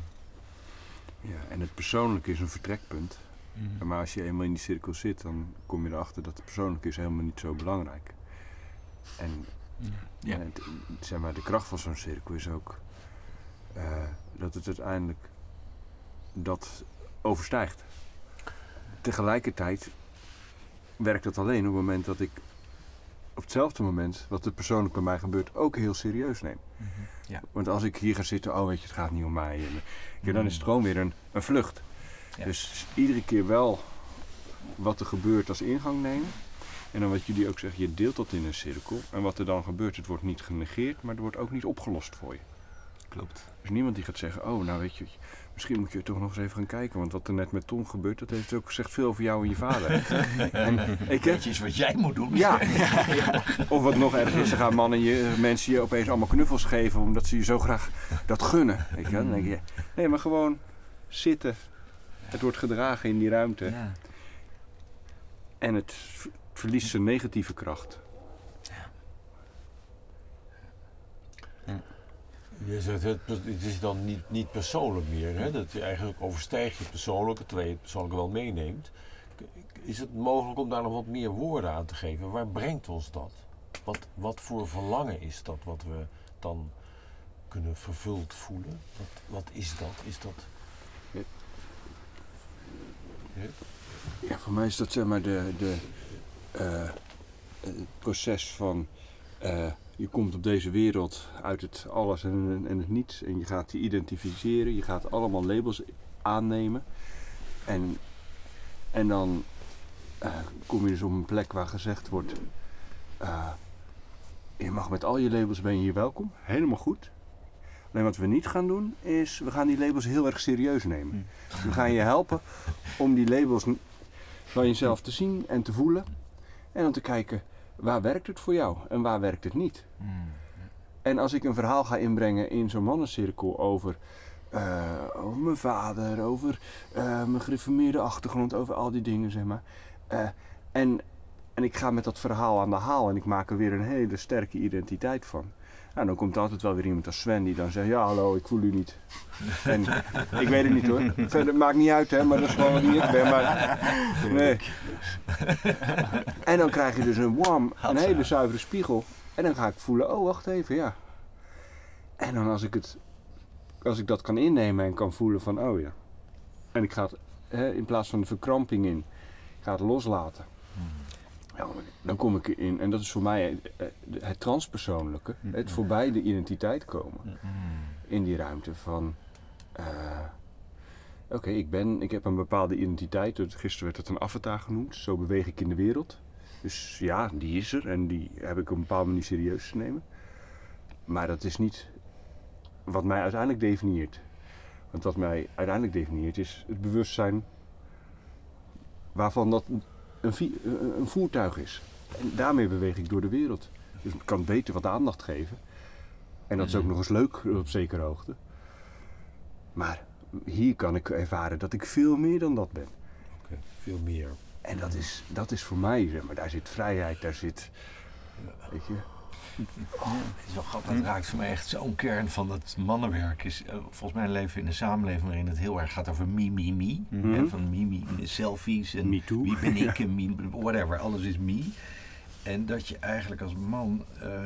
Ja, en het persoonlijke is een vertrekpunt. Maar als je eenmaal in die cirkel zit, dan kom je erachter dat het persoonlijke is helemaal niet zo belangrijk. En zeg maar, de kracht van zo'n cirkel is ook dat het uiteindelijk dat overstijgt. Tegelijkertijd werkt dat alleen op het moment dat ik op hetzelfde moment wat er persoonlijk bij mij gebeurt ook heel serieus neem. Ja. Want als ik hier ga zitten, weet je, het gaat niet om mij. Dan is het gewoon weer een vlucht. Ja. Dus iedere keer wel wat er gebeurt als ingang nemen. En dan wat jullie ook zeggen, je deelt dat in een cirkel. En wat er dan gebeurt, het wordt niet genegeerd, maar er wordt ook niet opgelost voor je. Klopt. Dus niemand die gaat zeggen, nou weet je, misschien moet je toch nog eens even gaan kijken. Want wat er net met Tom gebeurt, dat heeft ook gezegd veel over jou en je vader. Weet je eens wat jij moet doen? Ja. Of wat nog erger is, dan gaan mensen je opeens allemaal knuffels geven omdat ze je zo graag dat gunnen. Weet je? Dan denk je, nee, maar gewoon zitten. Het wordt gedragen in die ruimte. Ja. En het verliest zijn negatieve kracht. Je zegt, het is dan niet persoonlijk meer, hè? Dat je eigenlijk overstijgt je persoonlijke, terwijl je het persoonlijke wel meeneemt. Is het mogelijk om daar nog wat meer woorden aan te geven? Waar brengt ons dat? Wat voor verlangen is dat wat we dan kunnen vervuld voelen? Wat is dat? Is dat... Ja, voor mij is dat zeg maar het proces van... je komt op deze wereld uit het alles en het niets. En je gaat je identificeren. Je gaat allemaal labels aannemen. En En dan kom je dus op een plek waar gezegd wordt... je mag met al je labels, ben je hier welkom. Helemaal goed. Alleen wat we niet gaan doen is... we gaan die labels heel erg serieus nemen. We gaan je helpen om die labels van jezelf te zien en te voelen. En dan te kijken, waar werkt het voor jou en waar werkt het niet. En als ik een verhaal ga inbrengen in zo'n mannencirkel over mijn vader, over mijn gereformeerde achtergrond, over al die dingen, zeg maar. En ik ga met dat verhaal aan de haal en ik maak er weer een hele sterke identiteit van. Nou, dan komt er altijd wel weer iemand als Sven die dan zegt, ja hallo, ik voel u niet. En ik weet het niet hoor. Verder maakt niet uit hè, maar dat is gewoon wat ik ben. Maar, nee. En dan krijg je dus een hele zuivere spiegel. En dan ga ik voelen, oh wacht even, ja. En dan als ik dat kan innemen en kan voelen van, oh ja. En ik ga het, in plaats van de verkramping in, ik ga het loslaten. Ja, dan kom ik in, en dat is voor mij het transpersoonlijke, het voorbij de identiteit komen. In die ruimte van, oké, ik heb een bepaalde identiteit, gisteren werd het een avatar genoemd, zo beweeg ik in de wereld. Dus ja, die is er en die heb ik op een bepaalde manier serieus te nemen. Maar dat is niet wat mij uiteindelijk definieert. Want wat mij uiteindelijk definieert is het bewustzijn waarvan dat een voertuig is. En daarmee beweeg ik door de wereld. Dus ik kan beter wat aandacht geven. En dat is ook nog eens leuk op zekere hoogte. Maar hier kan ik ervaren dat ik veel meer dan dat ben. Oké, veel meer. En dat is voor mij, zeg maar, daar zit vrijheid, daar zit, weet je. Het is wel grappig, het raakt voor mij echt zo'n kern van het mannenwerk. Is volgens mij leven we in een samenleving waarin het heel erg gaat over me. Hè, van me, selfies en Me too. wie ben ik en me, whatever, alles is me. En dat je eigenlijk als man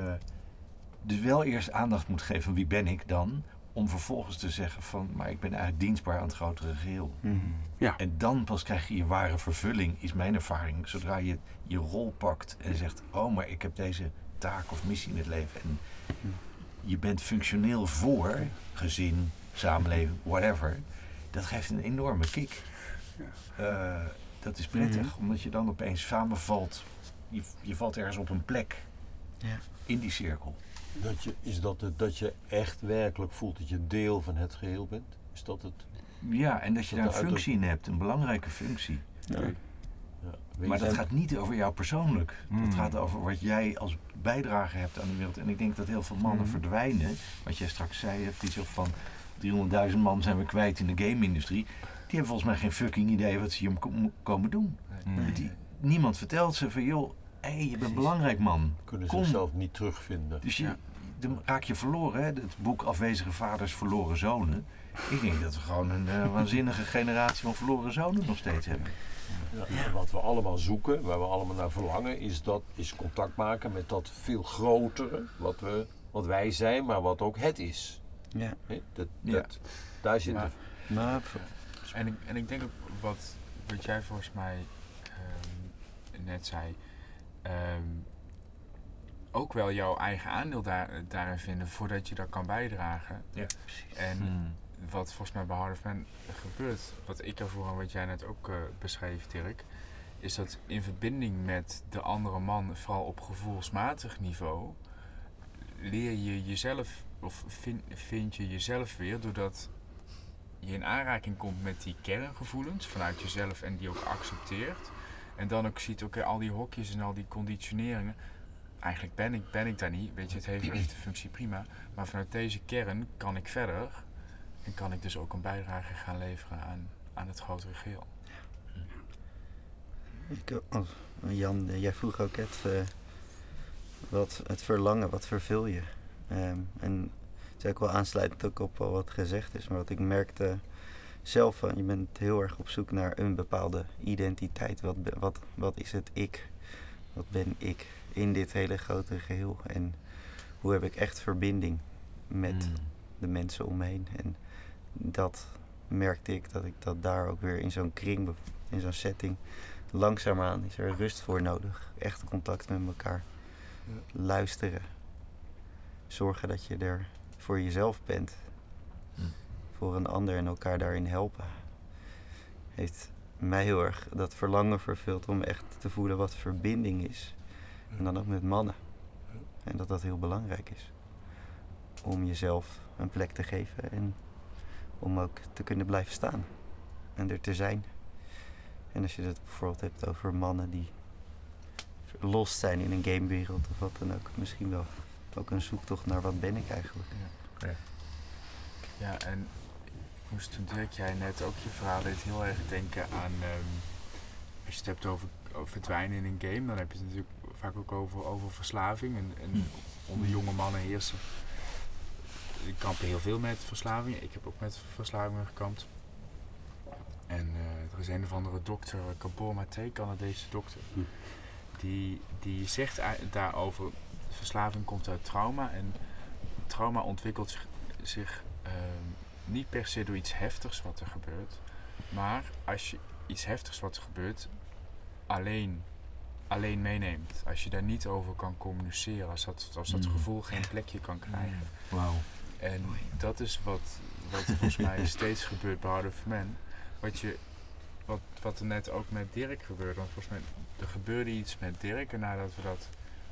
dus wel eerst aandacht moet geven van wie ben ik dan, om vervolgens te zeggen van, maar ik ben eigenlijk dienstbaar aan het grotere geheel. Ja. En dan pas krijg je je ware vervulling, is mijn ervaring, zodra je je rol pakt en zegt, oh, maar ik heb deze taak of missie in het leven. En je bent functioneel voor gezin, samenleving, whatever. Dat geeft een enorme kick. Dat is prettig, omdat je dan opeens samenvalt. Je valt ergens op een plek in die cirkel. Dat je echt werkelijk voelt dat je deel van het geheel bent? Is dat het? Ja, en dat je daar een functie in hebt, een belangrijke functie. Maar dat gaat niet over jou persoonlijk. Dat gaat over wat jij als bijdrage hebt aan de wereld. En ik denk dat heel veel mannen verdwijnen. Wat jij straks zei, iets van 300.000 man zijn we kwijt in de game-industrie. Die hebben volgens mij geen fucking idee wat ze hier komen doen. Niemand vertelt ze van, joh, je bent belangrijk man. Kunnen ze zichzelf niet terugvinden. Dus dan raak je verloren. Hè? Het boek Afwezige Vaders, Verloren Zonen. Ik denk dat we gewoon een waanzinnige generatie van verloren zonen nog steeds hebben. Ja, wat we allemaal zoeken, waar we allemaal naar verlangen, is contact maken met dat veel grotere, wat wij zijn, maar wat ook het is. Ja. Daar zit het. En ik denk ook wat jij volgens mij net zei, ook wel jouw eigen aandeel daarin vinden voordat je dat kan bijdragen. Ja, precies. En wat volgens mij bij Heart of Man gebeurt, wat ik ervoor en wat jij net ook beschreef, Dirk, is dat in verbinding met de andere man, vooral op gevoelsmatig niveau, leer je jezelf, of vind je jezelf weer, doordat je in aanraking komt met die kerngevoelens vanuit jezelf en die ook accepteert. En dan ook ziet, oké, al die hokjes en al die conditioneringen, eigenlijk ben ik daar niet, weet je, het heeft de functie prima, maar vanuit deze kern kan ik verder en kan ik dus ook een bijdrage gaan leveren aan het grotere geheel. Jan, jij vroeg ook het verlangen, wat vervul je? En het is ook wel aansluitend ook op wat gezegd is, maar wat ik merkte zelf, je bent heel erg op zoek naar een bepaalde identiteit. Wat is het ik? Wat ben ik in dit hele grote geheel? En hoe heb ik echt verbinding met de mensen om me heen? En dat merkte ik, dat ik dat daar ook weer in zo'n kring, in zo'n setting, langzaamaan is er rust voor nodig. Echt contact met elkaar. Luisteren. Zorgen dat je er voor jezelf bent. Voor een ander en elkaar daarin helpen. Heeft mij heel erg dat verlangen vervult om echt te voelen wat verbinding is. En dan ook met mannen. En dat heel belangrijk is. Om jezelf een plek te geven en om ook te kunnen blijven staan. En er te zijn. En als je het bijvoorbeeld hebt over mannen die los zijn in een gamewereld of wat dan ook. Misschien wel ook een zoektocht naar wat ben ik eigenlijk. Ja, en ik moest toen Dirk, jij net ook je verhaal deed heel erg denken aan... als je het hebt over verdwijnen in een game, dan heb je het natuurlijk vaak ook over verslaving. En onder jonge mannen heersen. Ik kamp heel veel met verslaving. Ik heb ook met verslavingen gekampt. En er is een of andere dokter, Gabor Maté, Canadese dokter. Die zegt daarover, verslaving komt uit trauma. En trauma ontwikkelt zich niet per se door iets heftigs wat er gebeurt. Maar als je iets heftigs wat er gebeurt alleen meeneemt. Als je daar niet over kan communiceren. Als dat gevoel geen plekje kan krijgen. Wauw. En dat is wat er volgens mij steeds gebeurt bij Heart of Man. Wat er net ook met Dirk gebeurde. Want volgens mij er gebeurde iets met Dirk. En nadat we dat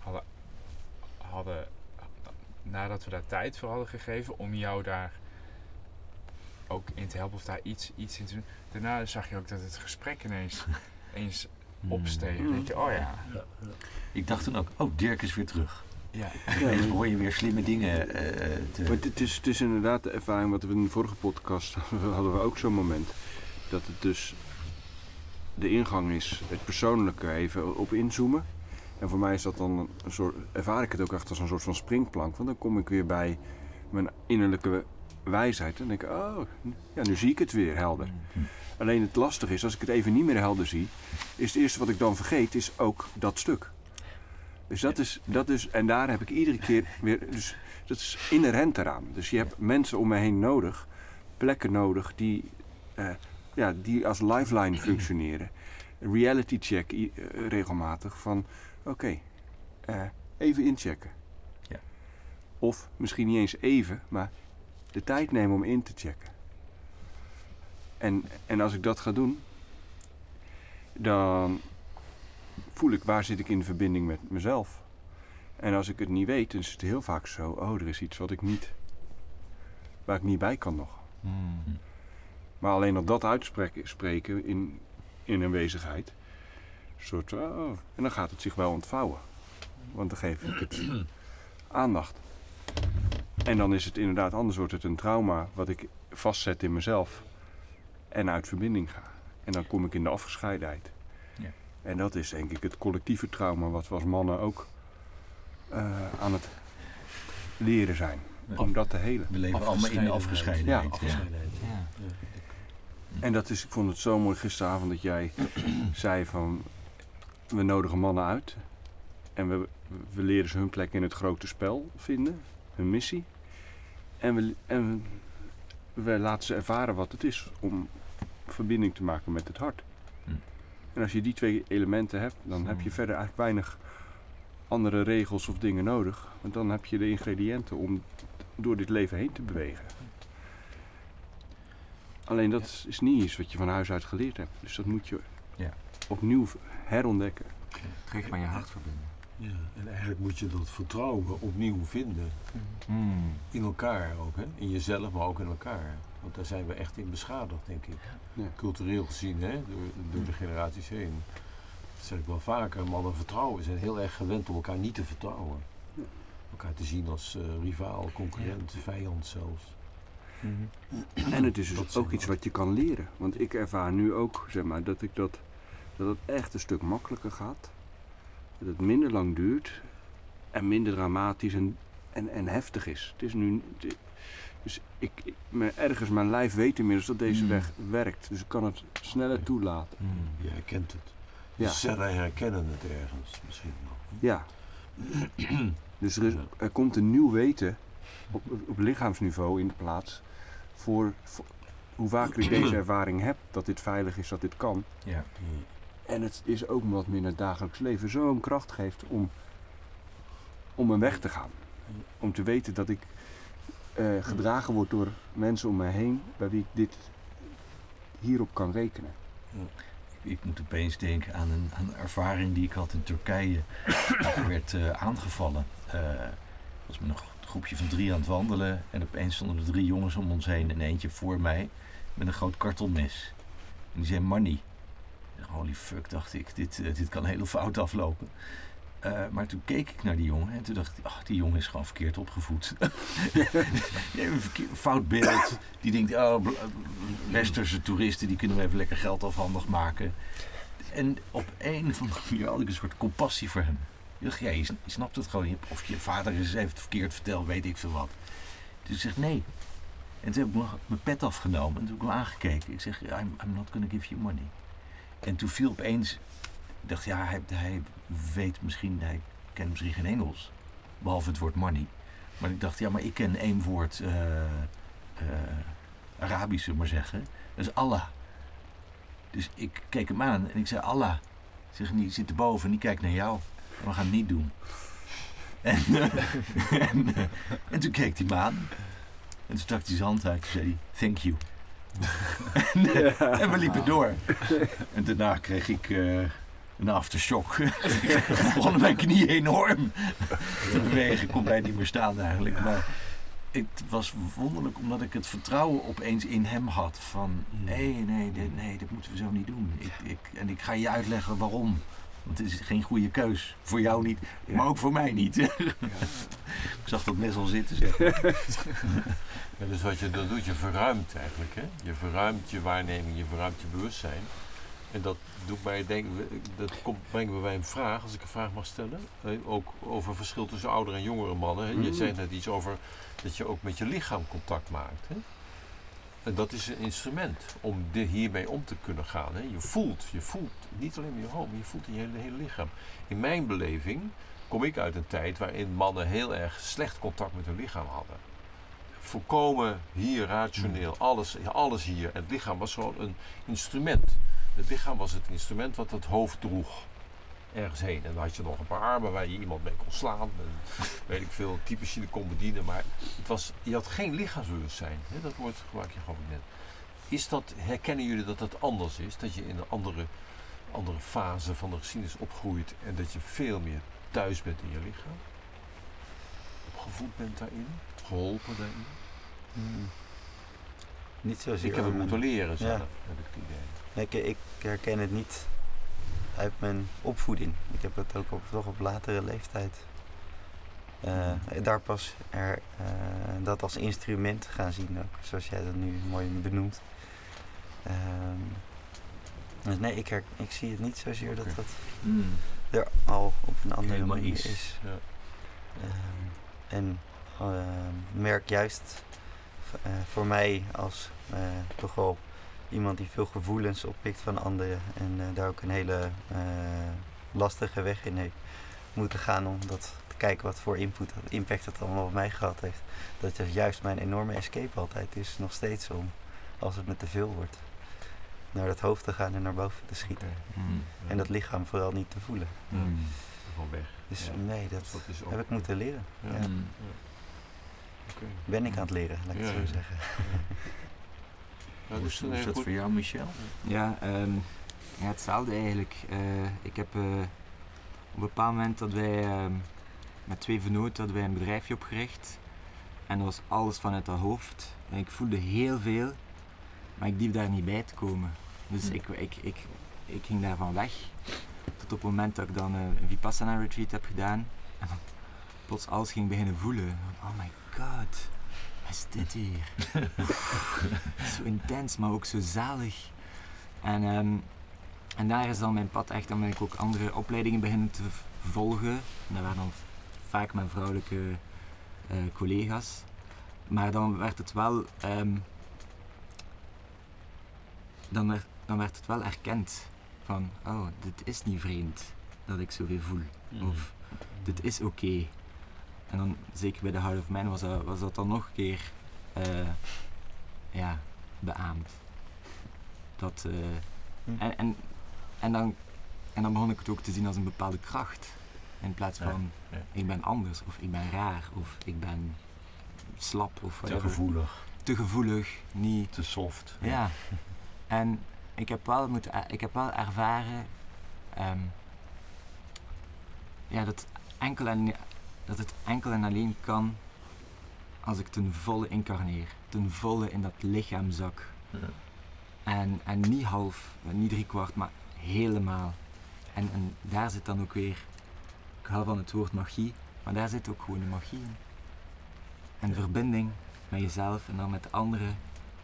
nadat we daar tijd voor hadden gegeven om jou daar ook in te helpen of daar iets in te doen. Daarna zag je ook dat het gesprek ineens opsteeg. Dan denk je, oh ja. Ik dacht toen ook, Dirk is weer terug. Ja. Ineens hoor je weer slimme dingen te... Maar het is inderdaad de ervaring wat we in de vorige podcast hadden we ook zo'n moment. Dat het dus de ingang is, het persoonlijke even op inzoomen. En voor mij is dat dan een soort, ervaar ik het ook echt als een soort van springplank. Want dan kom ik weer bij mijn innerlijke wijsheid. En denk ik, oh, ja, nu zie ik het weer helder. Alleen het lastige is, als ik het even niet meer helder zie, is het eerste wat ik dan vergeet, is ook dat stuk. Dus dat is, en daar heb ik iedere keer weer, dus dat is inherent eraan. Dus je hebt mensen om me heen nodig, plekken nodig die als lifeline functioneren. Reality check regelmatig van, oké, even inchecken. Ja. Of misschien niet eens even, maar de tijd nemen om in te checken. En als ik dat ga doen, dan voel ik waar zit ik in de verbinding met mezelf. En als ik het niet weet, dan is het heel vaak zo, er is iets waar ik niet bij kan nog. Maar alleen al dat uitspreken in aanwezigheid, een soort, en dan gaat het zich wel ontvouwen. Want dan geef ik het aandacht. En dan is het inderdaad, anders wordt het een trauma wat ik vastzet in mezelf en uit verbinding ga. En dan kom ik in de afgescheidenheid. Ja. En dat is denk ik het collectieve trauma wat we als mannen ook aan het leren zijn. Om dat te helen. We leven allemaal in de afgescheidenheid. Ja, afgescheidenheid. Ja. En dat is, ik vond het zo mooi gisteravond dat jij zei van, we nodigen mannen uit. En we leren ze hun plek in het grote spel vinden, hun missie. En we laten ze ervaren wat het is om verbinding te maken met het hart. En als je die twee elementen hebt, dan heb je verder eigenlijk weinig andere regels of dingen nodig. Want dan heb je de ingrediënten om door dit leven heen te bewegen. Alleen dat is niet iets wat je van huis uit geleerd hebt. Dus dat moet je opnieuw herontdekken. Terug van je hart verbinden. Ja, en eigenlijk moet je dat vertrouwen opnieuw vinden. In elkaar ook, hè? In jezelf, maar ook in elkaar. Want daar zijn we echt in beschadigd, denk ik. Ja. Cultureel gezien, hè? Door de generaties heen. Dat zeg ik wel vaker. Mannen vertrouwen zijn heel erg gewend om elkaar niet te vertrouwen. Ja. Elkaar te zien als rivaal, concurrent, vijand zelfs. En het is dus Dat ook iets wat je kan leren. Want ik ervaar nu ook, zeg maar, dat het echt een stuk makkelijker gaat. Dat het minder lang duurt en minder dramatisch en heftig is. Het is nu, dus ergens mijn lijf weet inmiddels dat deze weg werkt. Dus ik kan het sneller toelaten. Je herkent het. Ja. De cellen herkennen het ergens misschien nog. Ja. Dus er komt een nieuw weten op lichaamsniveau in de plaats voor hoe vaker ik deze ervaring heb, dat dit veilig is, dat dit kan. Ja. En het is ook wat me in het dagelijks leven zo'n kracht geeft om een weg te gaan. Om te weten dat ik gedragen word door mensen om me heen bij wie ik hierop kan rekenen. ik moet opeens denken aan een ervaring die ik had in Turkije. Ik werd aangevallen. Ik was met een groepje van 3 aan het wandelen. En opeens stonden er 3 jongens om ons heen en eentje voor mij met een groot kartelmes. En die zei money. Holy fuck, dacht ik, dit kan heel fout aflopen. Maar toen keek ik naar die jongen en toen dacht ik, ach, die jongen is gewoon verkeerd opgevoed. Een fout beeld. Die denkt, westerse toeristen, die kunnen we even lekker geld afhandig maken. En op een of andere manier had ik een soort compassie voor hem. Ik dacht, je snapt het gewoon. Of je vader heeft het verkeerd verteld, weet ik veel wat. Dus ik zeg, nee. En toen heb ik mijn pet afgenomen en toen heb ik hem aangekeken. Ik zeg, I'm not gonna give you money. En toen viel opeens... Ik dacht, hij weet misschien, hij kent misschien geen Engels. Behalve het woord money. Maar ik dacht, maar ik ken 1 woord Arabisch, zullen we maar zeggen. Dat is Allah. Dus ik keek hem aan en ik zei, Allah. Ik zeg, die zit erboven en die kijkt naar jou. En we gaan het niet doen. En toen keek hij me aan. En toen stak hij zijn hand uit en zei hij, thank you. En we liepen door. En daarna kreeg ik een aftershock. Begonnen mijn knieën enorm te bewegen. Ik kon bijna niet meer staan eigenlijk. Maar het was wonderlijk omdat ik het vertrouwen opeens in hem had. Van nee, dat moeten we zo niet doen. En ik ga je uitleggen waarom. Want het is geen goede keus. Voor jou niet, maar ook voor mij niet. Ik zag dat mes al zitten, zeg. Ja, dus wat je dan doet, je verruimt eigenlijk. Hè? Je verruimt je waarneming, je verruimt je bewustzijn. En dat doet mij denken, brengt me bij een vraag, als ik een vraag mag stellen. Ook over verschil tussen oudere en jongere mannen. Hè? Je zei net iets over dat je ook met je lichaam contact maakt. Hè? En dat is een instrument om hiermee om te kunnen gaan. Hè? Je voelt niet alleen met je hoofd, maar je voelt in je hele lichaam. In mijn beleving kom ik uit een tijd waarin mannen heel erg slecht contact met hun lichaam hadden. Volkomen hier, rationeel, alles hier. Het lichaam was gewoon een instrument. Het lichaam was het instrument wat het hoofd droeg. Ergens heen. En dan had je nog een paar armen waar je iemand mee kon slaan. En weet ik veel, typisch je kon bedienen. Maar je had geen lichaamsbewustzijn. Hè? Dat woord gebruik je geloof ik net. Herkennen jullie dat het anders is? Dat je in een andere fase van de geschiedenis opgroeit. En dat je veel meer thuis bent in je lichaam? Opgevoed bent daarin? Geholpen daarin? Niet zozeer. Ik heb het moeten leren zelf, Ja. heb ik het idee. Ik herken het niet uit mijn opvoeding. Ik heb het ook op latere leeftijd daar pas dat als instrument gaan zien ook, zoals jij dat nu mooi benoemt. Dus nee, ik zie het niet zozeer dat er al op een andere manier is. Ja. En merk juist voor mij als toch wel iemand die veel gevoelens oppikt van anderen en daar ook een hele lastige weg in heeft moeten gaan om dat te kijken wat voor impact dat allemaal op mij gehad heeft. Dat is juist mijn enorme escape altijd is, nog steeds om, als het me te veel wordt, naar het hoofd te gaan en naar boven te schieten. En dat lichaam vooral niet te voelen. Van weg. Dus nee, dat is ook, heb ik moeten leren. Ja. Ja. Okay. Ben ik aan het leren, laat ik het zo zeggen. Nou, Hoe is dat voor jou, Michel? Ja, hetzelfde eigenlijk. Ik heb op een bepaald moment dat wij met 2 vernoten een bedrijfje opgericht. En dat was alles vanuit dat hoofd. En ik voelde heel veel, maar ik diep daar niet bij te komen. Dus ik ging daarvan weg. Tot op het moment dat ik dan een Vipassana retreat heb gedaan. En dan plots alles ging beginnen voelen. Oh my god, wat is dit hier? Zo intens, maar ook zo zalig. En daar is dan mijn pad echt, dan ben ik ook andere opleidingen beginnen te volgen. En dat waren dan vaak mijn vrouwelijke collega's. Maar dan werd het wel, dan werd het wel erkend van, oh, dit is niet vreemd dat ik zoveel voel. Of dit is oké. En dan, zeker bij de Heart of Man, was dat dan nog een keer beaamd. Dat, en dan begon ik het ook te zien als een bepaalde kracht. In plaats van, ik ben anders, of ik ben raar, of ik ben slap. Of te gevoelig. Te gevoelig, niet... Te soft. Ja. En ik heb wel ervaren dat het enkel en alleen kan als ik ten volle incarneer, ten volle in dat lichaam zak. Ja. En niet half, niet driekwart, maar helemaal. En daar zit dan ook weer, ik hou van het woord magie, maar daar zit ook gewoon de magie in. En verbinding met jezelf en dan met anderen.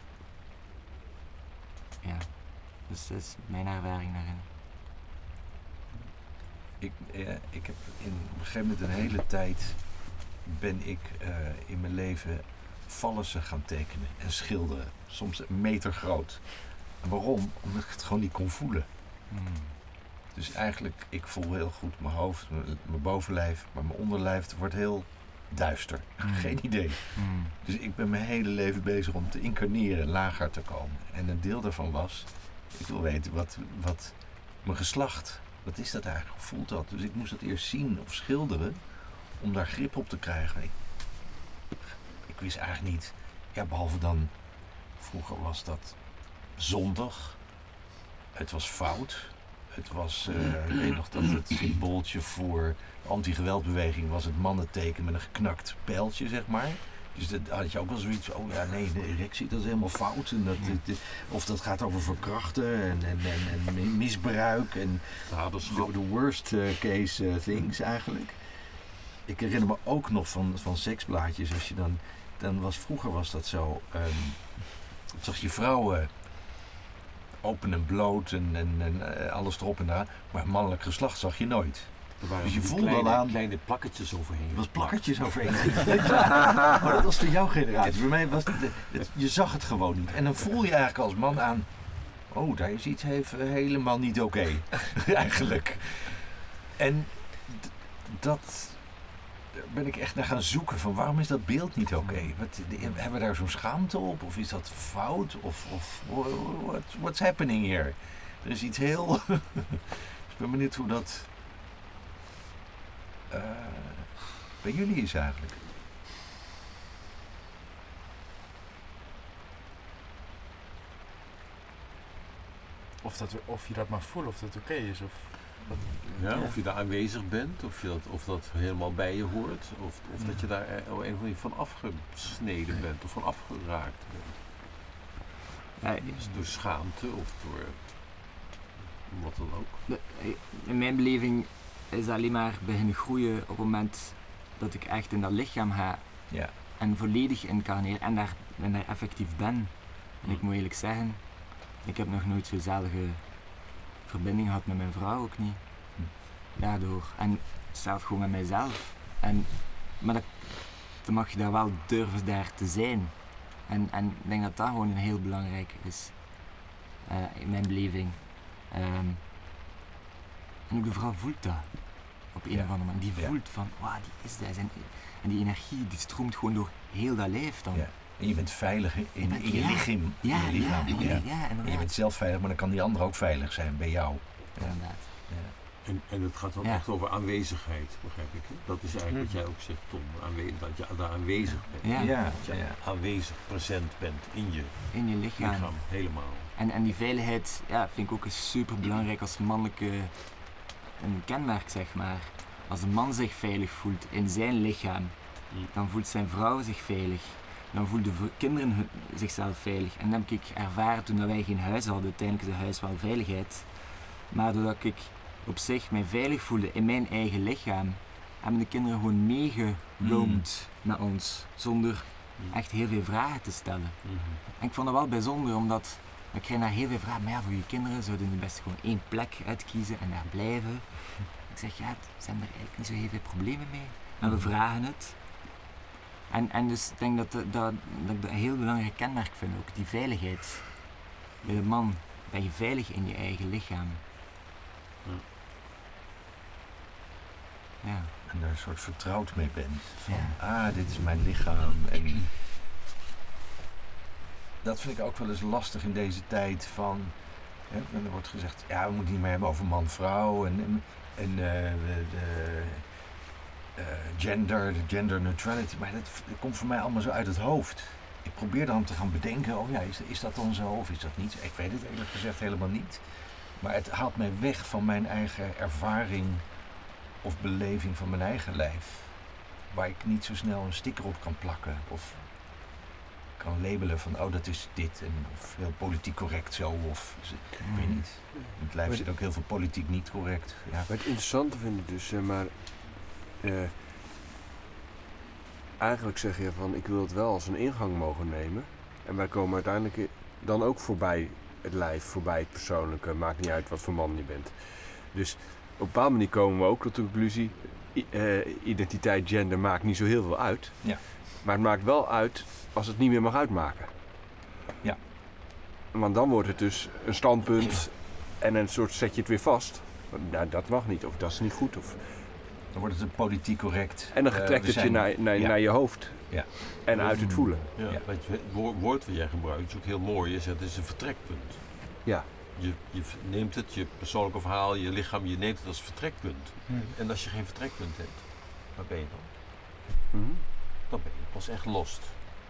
Ja, dus dat is mijn ervaring daarin. Ik heb op een gegeven moment een hele tijd ben ik in mijn leven vallussen gaan tekenen en schilderen. Soms een meter groot. En waarom? Omdat ik het gewoon niet kon voelen. Dus eigenlijk, ik voel heel goed mijn hoofd, mijn bovenlijf, maar mijn onderlijf wordt heel duister. Geen idee. Dus ik ben mijn hele leven bezig om te incarneren, lager te komen. En een deel daarvan was, ik wil weten wat mijn geslacht, wat is dat eigenlijk, hoe voelt dat? Dus ik moest dat eerst zien of schilderen om daar grip op te krijgen. Ik wist eigenlijk niet, behalve dan, vroeger was dat zondig, het was fout. Het was, ik weet nog dat het symbooltje voor de anti-geweldbeweging was het mannenteken met een geknakt pijltje, zeg maar. Dus dat had je ook wel zoiets van, de erectie, dat is helemaal fout. En of dat gaat over verkrachten en misbruik en de worst case things eigenlijk. Ik herinner me ook nog van seksblaadjes, als je vroeger was dat zo, zag je vrouwen open en bloot en alles erop en daar, maar mannelijk geslacht zag je nooit. Dus je voelde al aan kleine plakketjes overheen. Er was plakkertjes overheen. Maar dat was voor jouw generatie. Voor mij was je zag het gewoon niet. En dan voel je eigenlijk als man aan, daar is iets helemaal niet oké. Eigenlijk. En dat ben ik echt naar gaan zoeken van waarom is dat beeld niet oké? Hebben we daar zo'n schaamte op? Of is dat fout? Of what's happening here? Er is iets heel... Ik ben benieuwd hoe dat bij jullie is eigenlijk. Of je dat mag voelen, of dat oké is. Of je daar aanwezig bent, of dat helemaal bij je hoort, of dat je daar op een of andere van afgesneden bent of van afgeraakt bent. Dus door schaamte of door wat dan ook. In mijn beleving is dat alleen maar beginnen groeien op het moment dat ik echt in dat lichaam ga en volledig incarneer en daar effectief ben. En ik moet eerlijk zeggen, ik heb nog nooit zo'n zalige verbinding gehad met mijn vrouw, ook niet. Daardoor. En zelf gewoon met mijzelf. Maar dan mag je daar wel durven daar te zijn. En ik denk dat dat gewoon een heel belangrijk is. In mijn beleving. En ook de vrouw voelt dat. Op een of andere manier. Die voelt van, die is daar. En die energie die stroomt gewoon door heel dat lijf dan. Ja. En je bent veilig in je lichaam. En je bent zelf veilig, maar dan kan die ander ook veilig zijn bij jou. Inderdaad. En het gaat dan echt over aanwezigheid, begrijp ik. Hè? Dat is eigenlijk wat jij ook zegt, Tom. Dat je daar aanwezig bent. Dat je aanwezig, present bent in je lichaam. Helemaal. En die veiligheid vind ik ook super belangrijk als mannelijke een kenmerk, zeg maar. Als een man zich veilig voelt in zijn lichaam, dan voelt zijn vrouw zich veilig. Dan voelden de kinderen zichzelf veilig. En dat heb ik ervaren toen wij geen huis hadden. Uiteindelijk is het huis wel veiligheid. Maar doordat ik op zich mij veilig voelde in mijn eigen lichaam, hebben de kinderen gewoon meegeloomd met ons. Zonder echt heel veel vragen te stellen. En ik vond dat wel bijzonder, omdat ik kreeg daar heel veel vragen. Maar voor je kinderen zouden die best gewoon één plek uitkiezen en daar blijven. Ik zeg, er zijn er eigenlijk niet zo heel veel problemen mee. Maar we vragen het. En dus ik denk dat ik dat een heel belangrijk kenmerk vind, ook die veiligheid. Bij de man ben je veilig in je eigen lichaam. Ja. En daar een soort vertrouwd mee bent. Van, dit is mijn lichaam. En dat vind ik ook wel eens lastig in deze tijd van... er wordt gezegd, we moeten het niet meer hebben over man-vrouw en de gender neutrality. Maar dat komt voor mij allemaal zo uit het hoofd. ik probeer dan te gaan bedenken, is dat dan zo of is dat niet? Ik weet het eerlijk gezegd helemaal niet. Maar het haalt mij weg van mijn eigen ervaring of beleving van mijn eigen lijf. Waar ik niet zo snel een sticker op kan plakken of kan labelen van dat is dit of heel politiek correct zo of ik weet niet. In het lijf zit ook heel veel politiek niet correct. Ja. Maar het interessante vind ik dus, eigenlijk zeg je van ik wil het wel als een ingang mogen nemen. En wij komen uiteindelijk dan ook voorbij het lijf, voorbij het persoonlijke. Maakt niet uit wat voor man je bent. Dus op een bepaalde manier komen we ook tot de conclusie, identiteit, gender maakt niet zo heel veel uit. Ja. Maar het maakt wel uit als het niet meer mag uitmaken. Ja. Want dan wordt het dus een standpunt en een soort zet je het weer vast. Nou, dat mag niet of dat is niet goed. Of... Dan wordt het een politiek correct. En dan trekt het je naar je hoofd. Ja. En uit het voelen. Ja. Ja. Weet je, het woord wat jij gebruikt is ook heel mooi. Je zegt het is een vertrekpunt. Ja. Je neemt het, je persoonlijke verhaal, je lichaam, je neemt het als vertrekpunt. En als je geen vertrekpunt hebt, waar ben je dan? Mhm. Dan ben je pas echt lost.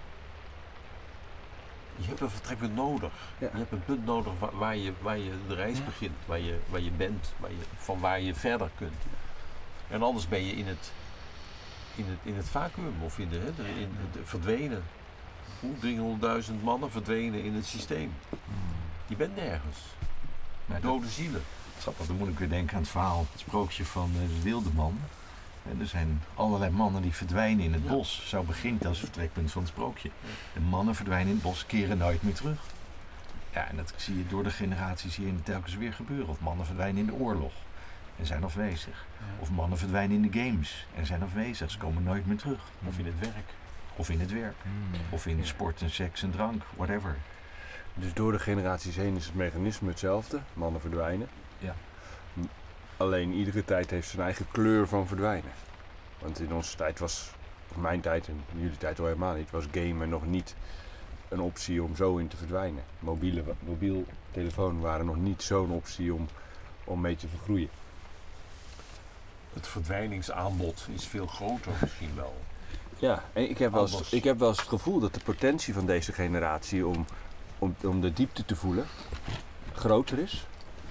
Je hebt een vertrekpunt nodig. Ja. Je hebt een punt nodig waar je de reis begint, waar je bent, van waar je verder kunt. En anders ben je in het vacuüm of in het verdwenen. 300.000 mannen verdwenen in het systeem. Je bent nergens. Dode zielen. Grappig, dan moet ik weer denken aan het verhaal, het sprookje van de wilde man. En er zijn allerlei mannen die verdwijnen in het bos. Zo begint als vertrekpunt van het sprookje. De mannen verdwijnen in het bos, keren nooit meer terug. Ja, en dat zie je door de generaties hierin telkens weer gebeuren. Of mannen verdwijnen in de oorlog en zijn afwezig. Of mannen verdwijnen in de games en zijn afwezig. Ze komen nooit meer terug. Of in het werk. Of in het werk. Of in sport en seks en drank, whatever. Dus door de generaties heen is het mechanisme hetzelfde. Mannen verdwijnen. Ja. Alleen iedere tijd heeft zijn eigen kleur van verdwijnen. Want in onze tijd was, of mijn tijd en in jullie tijd al helemaal niet, was gamen nog niet een optie om zo in te verdwijnen. Mobiel telefoon waren nog niet zo'n optie om mee te vergroeien. Het verdwijningsaanbod is veel groter misschien wel. Ja, en ik heb wel eens het gevoel dat de potentie van deze generatie om de diepte te voelen groter is.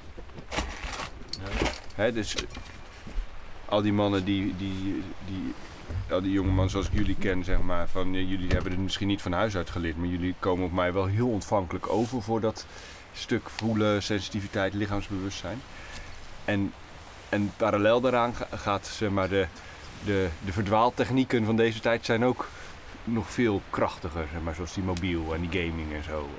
Ja. Dus al die mannen al die jonge mannen zoals ik jullie ken, zeg maar, van jullie hebben het misschien niet van huis uit geleerd, maar jullie komen op mij wel heel ontvankelijk over voor dat stuk voelen, sensitiviteit, lichaamsbewustzijn. En parallel daaraan gaat, zeg maar, de verdwaaltechnieken van deze tijd zijn ook nog veel krachtiger, zeg maar, zoals die mobiel en die gaming en zo.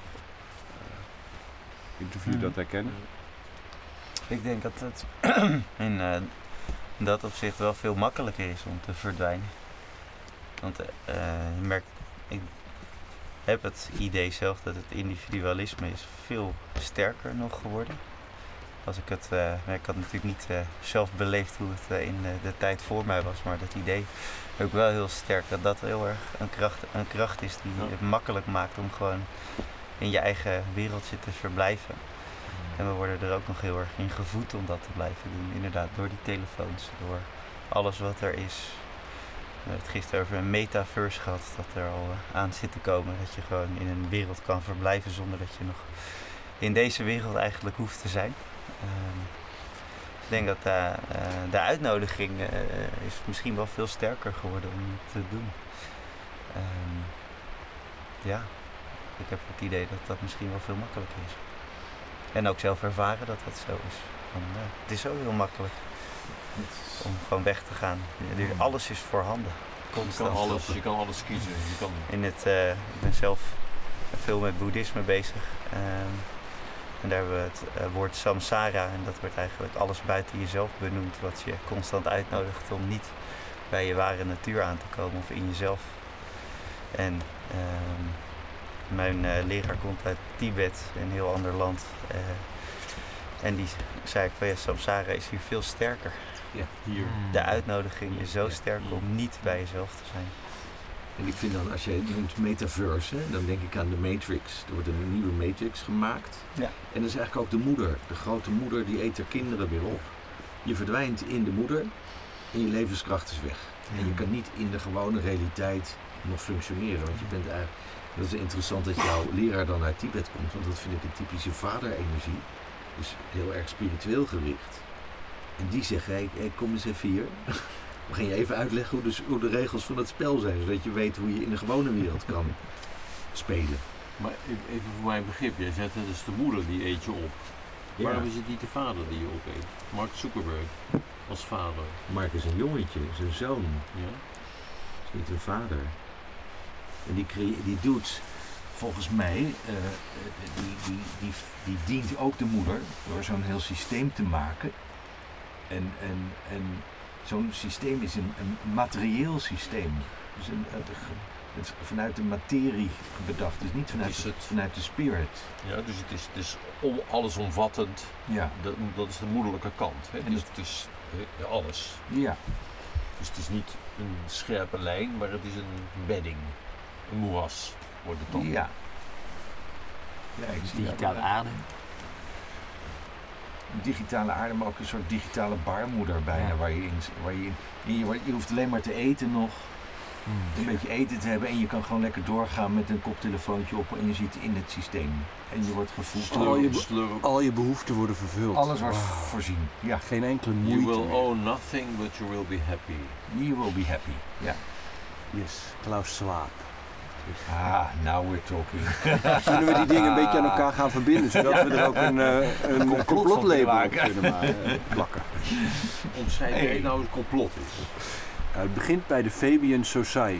Ik weet niet of jullie dat herkennen. Ik denk dat het in dat opzicht wel veel makkelijker is om te verdwijnen. Want je merkt, ik heb het idee zelf dat het individualisme is veel sterker nog geworden. Als ik het, ik had natuurlijk niet zelf beleefd hoe het in de tijd voor mij was, maar dat idee ook wel heel sterk dat heel erg een kracht is die het makkelijk maakt om gewoon in je eigen wereldje te verblijven. En we worden er ook nog heel erg in gevoed om dat te blijven doen. Inderdaad, door die telefoons, door alles wat er is. We hebben het gisteren over een metaverse gehad, dat er al aan zit te komen. Dat je gewoon in een wereld kan verblijven zonder dat je nog in deze wereld eigenlijk hoeft te zijn. Ik denk dat de uitnodiging is misschien wel veel sterker geworden om het te doen. Ja, ik heb het idee dat dat misschien wel veel makkelijker is. En ook zelf ervaren dat dat zo is. Het is zo heel makkelijk om gewoon weg te gaan. Alles is voorhanden. Constant. Je kan alles kiezen. Ik ben zelf veel met boeddhisme bezig. En daar hebben we het woord samsara. En dat wordt eigenlijk alles buiten jezelf benoemd. Wat je constant uitnodigt om niet bij je ware natuur aan te komen of in jezelf. En mijn leraar komt uit Tibet, een heel ander land. En die zei van samsara is hier veel sterker. Ja. Hier. De uitnodiging is zo sterk om niet bij jezelf te zijn. En ik vind dan, als je noemt metaverse, dan denk ik aan de Matrix. Er wordt een nieuwe Matrix gemaakt. Ja. En dat is eigenlijk ook de moeder. De grote moeder die eet haar kinderen weer op. Je verdwijnt in de moeder en je levenskracht is weg. En je kan niet in de gewone realiteit nog functioneren. Want je bent eigenlijk Dat is interessant dat jouw leraar dan uit Tibet komt, want dat vind ik een typische vaderenergie. Dus heel erg spiritueel gericht. En die zegt, hey, kom eens even hier. We gaan je even uitleggen hoe de regels van het spel zijn, zodat je weet hoe je in de gewone wereld kan spelen. Maar even voor mijn begrip, jij zet dus de moeder die eet je op. Ja. Waarom is het niet de vader die je opeet? Mark Zuckerberg als vader. Mark is een jongetje, zijn zoon. Ja? Is niet een vader. En die doet, volgens mij, die dient ook de moeder door zo'n heel systeem te maken. En zo'n systeem is een materieel systeem. Dus het is vanuit de materie bedacht, dus niet vanuit de spirit. Ja, dus het is allesomvattend. Ja. Dat is de moederlijke kant. Hè? En Dus het is alles. Ja. Dus het is niet een scherpe lijn, maar het is een bedding. Een moeras wordt het dan. Ja. Ja, ik zie Digitale dat. aarde. Een digitale aarde, maar ook een soort digitale baarmoeder bijna, Ja. waar je je hoeft alleen maar te eten nog. Een beetje eten te hebben en je kan gewoon lekker doorgaan met een koptelefoontje op en je zit in het systeem. En je wordt gevoed. Al je behoeften worden vervuld. Alles wordt Wauw. voorzien. Ja. Geen enkele You moeite will meer. own nothing, but you will be happy. You will be happy. Ja. Yes, Klaus Schwab. Ah, now we're talking. Zullen we die dingen een beetje aan elkaar gaan verbinden, zodat we er ook een complotlabel op maken. kunnen plakken? Omschrijf Hey. jij nou een complot is. Het begint bij de Fabian Society.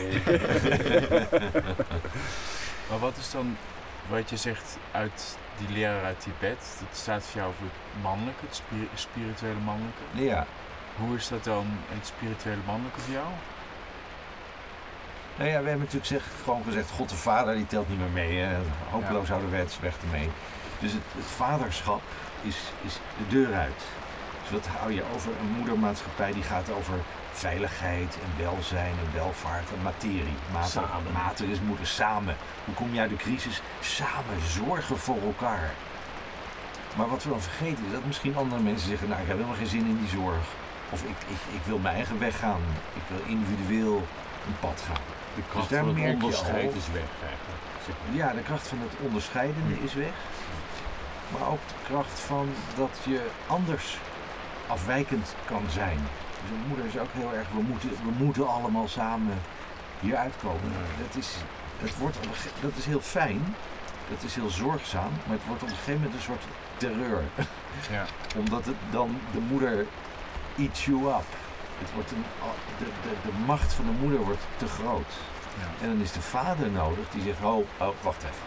Maar wat is dan, wat je zegt uit die leraar uit Tibet, dat staat voor jou voor het mannelijke, het spirituele mannelijke. Ja. Hoe is dat dan het spirituele mannelijke voor jou? Nou ja, we hebben natuurlijk gewoon gezegd, God de Vader die telt niet meer mee. Hè. Hopeloos ouderwets, weg ermee. Dus het vaderschap is de deur uit. Dus wat hou je over? Een moedermaatschappij die gaat over veiligheid en welzijn en welvaart en materie. Samen. Mater is moeder, samen. Hoe kom je uit de crisis? Samen, zorgen voor elkaar. Maar wat we dan vergeten is dat misschien andere mensen zeggen, nou ik heb helemaal geen zin in die zorg. Of ik wil mijn eigen weg gaan. Ik wil individueel een pad gaan. De kracht daar van merk het je onderscheid al- is weg eigenlijk. Zeg maar. Ja, de kracht van het onderscheidende is weg. Maar ook de kracht van dat je anders afwijkend kan zijn. Dus een moeder is ook heel erg, we moeten allemaal samen hier uitkomen. Dat is heel fijn, dat is heel zorgzaam, maar het wordt op een gegeven moment een soort terreur. Ja. Omdat het dan de moeder eats you up. Het wordt de macht van de moeder wordt te groot. Ja. En dan is de vader nodig die zegt, oh wacht even.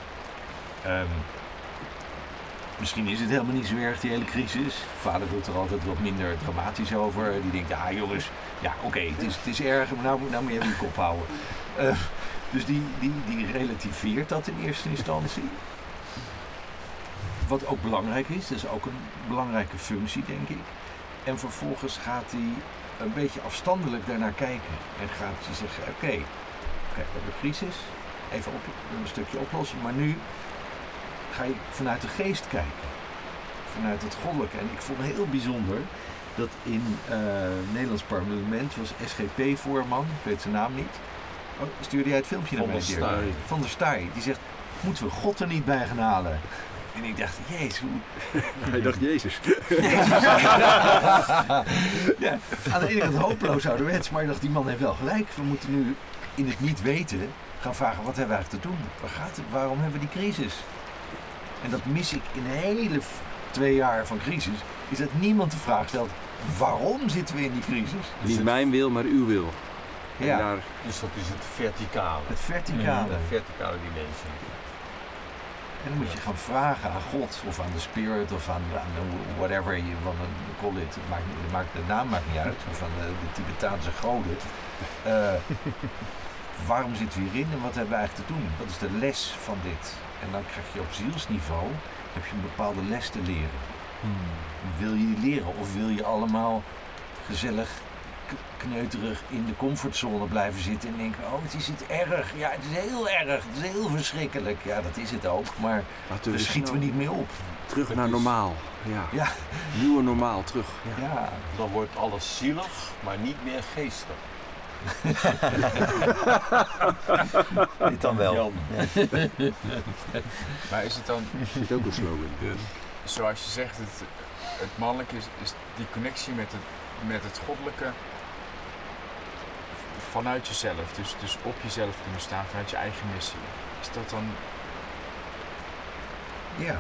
Misschien is het helemaal niet zo erg, die hele crisis. Vader doet er altijd wat minder dramatisch over. Die denkt, ja jongens, ja oké, het is erg, maar nou moet je even je kop houden. Dus die relativeert dat in eerste instantie. Wat ook belangrijk is, dat is ook een belangrijke functie denk ik. En vervolgens gaat hij een beetje afstandelijk daarnaar kijken. En gaat hij zeggen, oké, we hebben een crisis, even een stukje oplossen, maar nu ga je vanuit de geest kijken. Vanuit het goddelijke. En ik vond het heel bijzonder dat in het Nederlands parlement was SGP-voorman, ik weet zijn naam niet. Oh, stuurde jij het filmpje naar mij? Van der Staaij. Van der Staaij. Die zegt, moeten we God er niet bij gaan halen? En ik dacht, jezus, hoe... Hij dacht, Jezus. Ja, aan de ene kant hopeloos ouderwets, maar ik dacht, die man heeft wel gelijk. We moeten nu in het niet weten gaan vragen, wat hebben we eigenlijk te doen? Waar gaat het? Waarom hebben we die crisis? En dat mis ik in de hele 2 jaar van crisis, is dat niemand de vraag stelt, waarom zitten we in die crisis? Niet mijn wil, maar uw wil. En Ja, daar, Dus dat is het verticale. het verticale. De verticale dimensie. En dan moet je gaan vragen aan God, of aan de spirit, of aan de whatever je van call it. De naam maakt niet uit, of aan de Tibetaanse goden. Waarom zitten we hierin en wat hebben we eigenlijk te doen? Wat is de les van dit? En dan krijg je op zielsniveau heb je een bepaalde les te leren. Wil je die leren of wil je allemaal gezellig, kneuterig in de comfortzone blijven zitten en denken, oh het is het erg, ja het is heel erg, het is heel verschrikkelijk. Ja dat is het ook, maar laten daar we schieten we niet meer op. terug naar normaal. Ja. Ja, Nieuwe normaal, terug. Ja. ja, Dan wordt alles zielig, maar niet meer geestig. Dit dan wel. Jan. Maar is het dan, Er zit ook een slogan. zoals je zegt, het mannelijke is die connectie met het goddelijke vanuit jezelf. Dus op jezelf kunnen staan, vanuit je eigen missie. Is dat dan... Ja.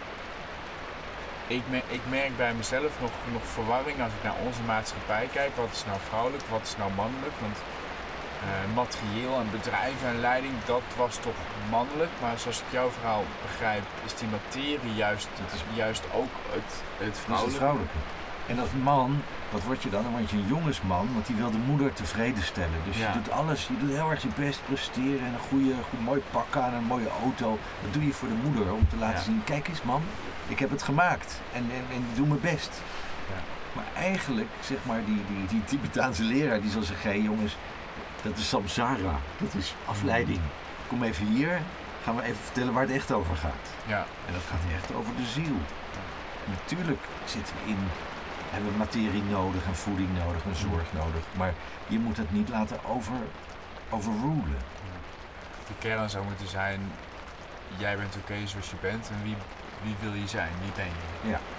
Ik merk bij mezelf nog verwarring als ik naar onze maatschappij kijk. Wat is nou vrouwelijk, wat is nou mannelijk? Want materieel en bedrijven en leiding, dat was toch mannelijk. Maar zoals ik jouw verhaal begrijp, is die materie juist ook het Dat is vrouwelijke. het vrouwelijke. En als man, wat word je dan? Dan word je een jongensman, want die wil de moeder tevreden stellen. Dus Ja. je doet alles, je doet heel erg je best presteren en een goed mooi pak aan, een mooie auto. Dat doe je voor de moeder om te laten Ja. zien, kijk eens man, ik heb het gemaakt en ik doe mijn best. Ja. Maar eigenlijk, zeg maar, die Tibetaanse leraar die zal zeggen, hé jongens, dat is samsara, dat is afleiding. Kom even hier, gaan we even vertellen waar het echt over gaat. Ja. En dat gaat echt over de ziel. Natuurlijk zitten we hebben we materie nodig en voeding nodig en zorg nodig. Maar je moet het niet laten overrulen. De kern zou moeten zijn, jij bent oké zoals je bent en wie wil je zijn, wie ben je? Ja.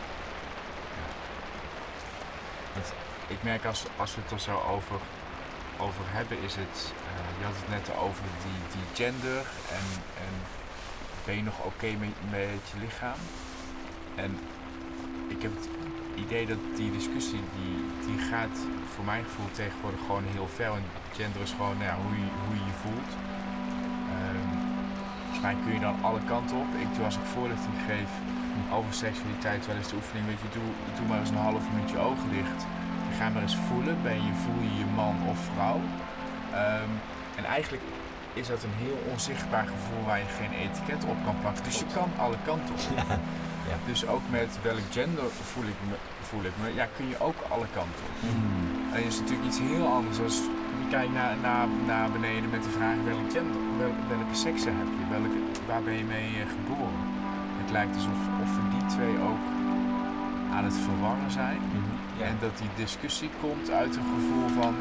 Want ik merk als we het er zo over hebben, is het, je had het net over die gender en ben je nog oké met je lichaam? En ik heb het idee dat die discussie die gaat voor mijn gevoel tegenwoordig gewoon heel ver. En gender is gewoon hoe je je voelt. Volgens mij kun je dan alle kanten op. Ik doe als ik voorlichting geef over seksualiteit wel eens de oefening. Weet je, doe maar eens een half minuut je ogen dicht. Ga maar eens voelen. Voel je je man of vrouw? En eigenlijk is dat een heel onzichtbaar gevoel waar je geen etiket op kan plakken. Dus je kan alle kanten op. Ja. Dus ook met welk gender voel ik me, ja, kun je ook alle kanten op. En het is natuurlijk iets heel anders als je kijkt naar beneden met de vraag welk gender, welke seksen heb je, waar ben je mee geboren. Het lijkt alsof we die twee ook aan het verwarren zijn. Ja. En dat die discussie komt uit een gevoel van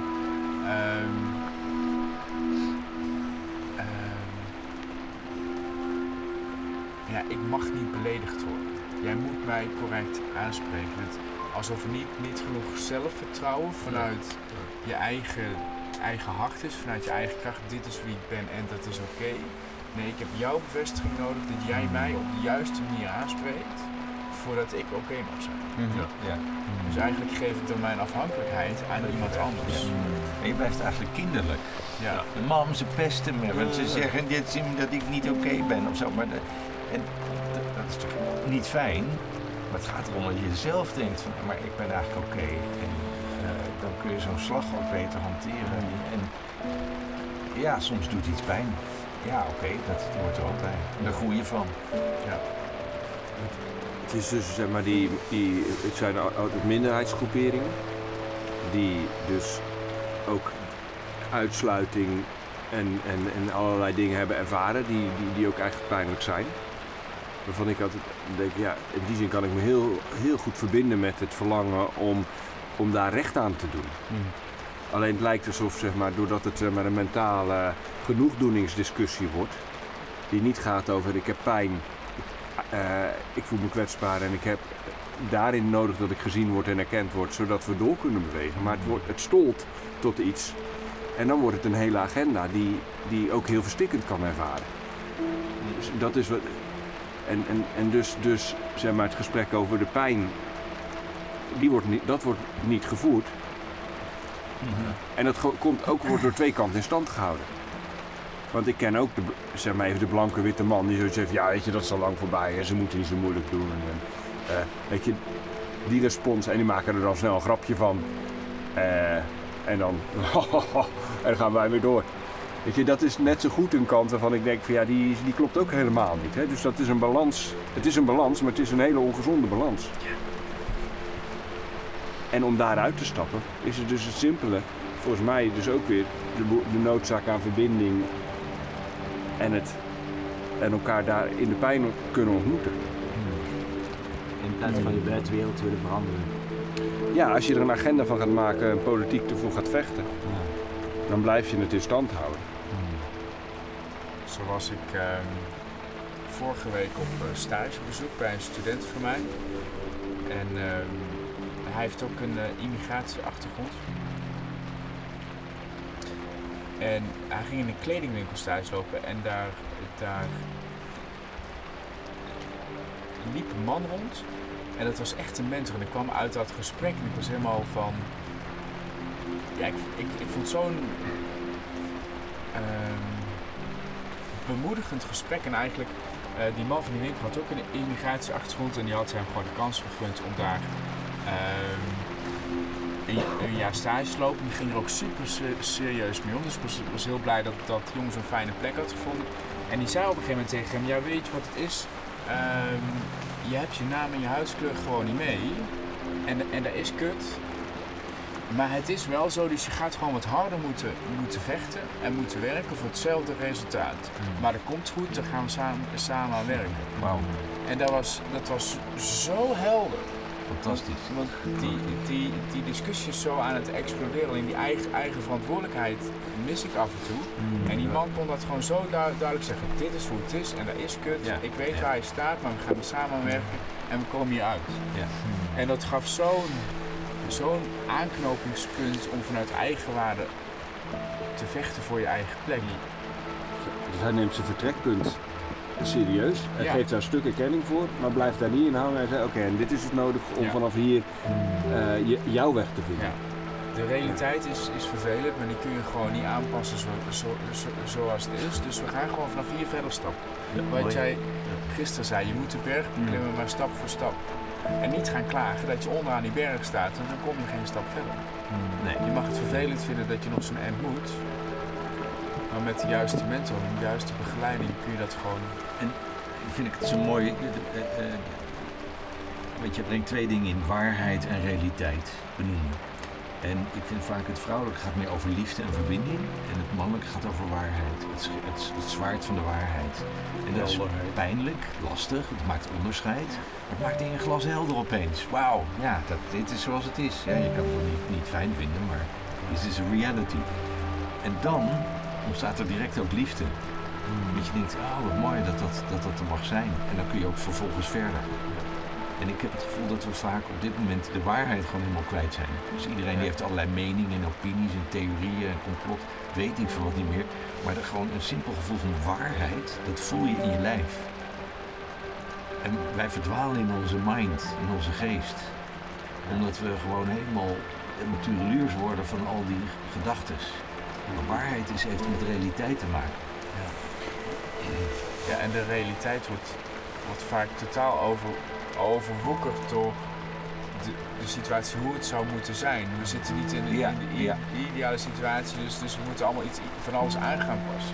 ja, ik mag niet beledigd worden. Jij moet mij correct aanspreken. Alsof er niet genoeg zelfvertrouwen vanuit je eigen hart is, vanuit je eigen kracht. Dit is wie ik ben en dat is oké. Nee, ik heb jouw bevestiging nodig dat jij mij op de juiste manier aanspreekt voordat ik oké mag zijn. Ja. Dus eigenlijk geef ik dan mijn afhankelijkheid aan iemand anders. En je blijft eigenlijk kinderlijk. Ja. Mam, ze pesten me, want ze zeggen dat ik niet oké ben of zo. Maar dat is toch niet fijn? Maar het gaat erom dat je zelf denkt van, maar ik ben eigenlijk oké. En dan kun je zo'n slag ook beter hanteren. En ja, soms doet iets pijn. Ja, oké, dat hoort er ook bij. Daar groei je van. Ja. Het is dus, zeg maar, het zijn minderheidsgroeperingen die dus ook uitsluiting en allerlei dingen hebben ervaren die ook eigenlijk pijnlijk zijn. Waarvan ik altijd denk, ja, in die zin kan ik me heel, heel goed verbinden met het verlangen om daar recht aan te doen. Alleen het lijkt alsof, zeg maar, doordat het maar een mentale genoegdoeningsdiscussie wordt, die niet gaat over ik heb pijn, ik voel me kwetsbaar en ik heb daarin nodig dat ik gezien word en erkend word, zodat we door kunnen bewegen. Maar het stolt tot iets en dan wordt het een hele agenda die ook heel verstikkend kan ervaren. Dus dat is wat. En dus zeg maar, het gesprek over de pijn, dat wordt niet gevoerd. En dat wordt door twee kanten in stand gehouden. Want ik ken ook zeg maar even de blanke witte man die zoiets zegt, ja weet je, dat is al lang voorbij en ze moeten niet zo moeilijk doen. En, weet je, die respons, en die maken er dan snel een grapje van. En dan en dan gaan wij weer door. Weet je, dat is net zo goed een kant waarvan ik denk van ja, die klopt ook helemaal niet. Hè? Dus dat is een balans. Het is een balans, maar het is een hele ongezonde balans. Ja. En om daaruit te stappen is het dus het simpele, volgens mij dus ook weer de noodzaak aan verbinding en elkaar daar in de pijn kunnen ontmoeten. In plaats van je buitenwereld willen veranderen. Ja, als je er een agenda van gaat maken en politiek ervoor gaat vechten. dan blijf je het in stand houden. Zo was ik vorige week op stagebezoek bij een student van mij. En hij heeft ook een immigratieachtergrond. En hij ging in een kledingwinkel stage lopen en daar liep een man rond. En dat was echt een mentor. En ik kwam uit dat gesprek en ik was helemaal van... Ja, ik vond zo'n bemoedigend gesprek. En eigenlijk, die man van die winkel had ook een immigratieachtergrond. En die had hem gewoon de kans gegund om daar een jaar stage te lopen. Die ging er ook super serieus mee om. Dus ik was heel blij dat die jongen zo'n fijne plek had gevonden. En die zei op een gegeven moment tegen hem, ja, weet je wat het is? Je hebt je naam en je huidskleur gewoon niet mee. En dat is kut. Maar het is wel zo, dus je gaat gewoon wat harder moeten vechten en moeten werken voor hetzelfde resultaat. Maar dat komt goed, daar gaan we samen aan werken. Wauw, En dat was zo helder. fantastisch. Want die discussie is zo aan het exploderen. En die eigen verantwoordelijkheid mis ik af en toe. En die man kon dat gewoon zo duidelijk zeggen. Dit is hoe het is en dat is kut. Ja. Ik weet Ja. waar je staat, maar we gaan er samen aan werken. En we komen hier uit. Ja. En dat gaf zo'n aanknopingspunt om vanuit eigenwaarde te vechten voor je eigen plek. Dus hij neemt zijn vertrekpunt serieus. Hij Ja. geeft daar een stuk erkenning voor, maar blijft daar niet in hangen. Hij zegt, oké, en dit is het nodig om Ja. vanaf hier jouw weg te vinden. Ja. De realiteit is vervelend, maar die kun je gewoon niet aanpassen zoals het is. Dus we gaan gewoon vanaf hier verder stappen. Wat jij gisteren zei, je moet de berg beklimmen, maar stap voor stap. En niet gaan klagen dat je onderaan die berg staat, want dan kom je geen stap verder. Nee. Je mag het vervelend vinden dat je nog zo'n end moet. Maar met de juiste mentor en de juiste begeleiding kun je dat gewoon... Vind ik het zo mooi. Weet je, brengt twee dingen in: waarheid en realiteit benoemen. En ik vind vaak het vrouwelijke gaat meer over liefde en verbinding. En het mannelijke gaat over waarheid. Het zwaard van de waarheid. En dat is Helderheid. pijnlijk, lastig, het maakt onderscheid. Het maakt dingen glashelder opeens. Wauw, ja, dit is zoals het is. Ja, je kan het wel niet fijn vinden, maar dit is een reality. En dan ontstaat er direct ook liefde. Dat je denkt, oh wat mooi dat er mag zijn. En dan kun je ook vervolgens verder. En ik heb het gevoel dat we vaak op dit moment de waarheid gewoon helemaal kwijt zijn. Dus iedereen die heeft allerlei meningen en opinies en theorieën en complot, weet ik veel wat niet meer. Maar er gewoon een simpel gevoel van waarheid, dat voel je in je lijf. En wij verdwalen in onze mind, in onze geest. Omdat we gewoon helemaal tureluurs worden van al die gedachtes. Maar waarheid heeft met realiteit te maken. Ja, en de realiteit wordt vaak totaal overwoekerd door de situatie hoe het zou moeten zijn. We zitten niet in de ideale situatie, dus we moeten allemaal van alles aan gaan passen.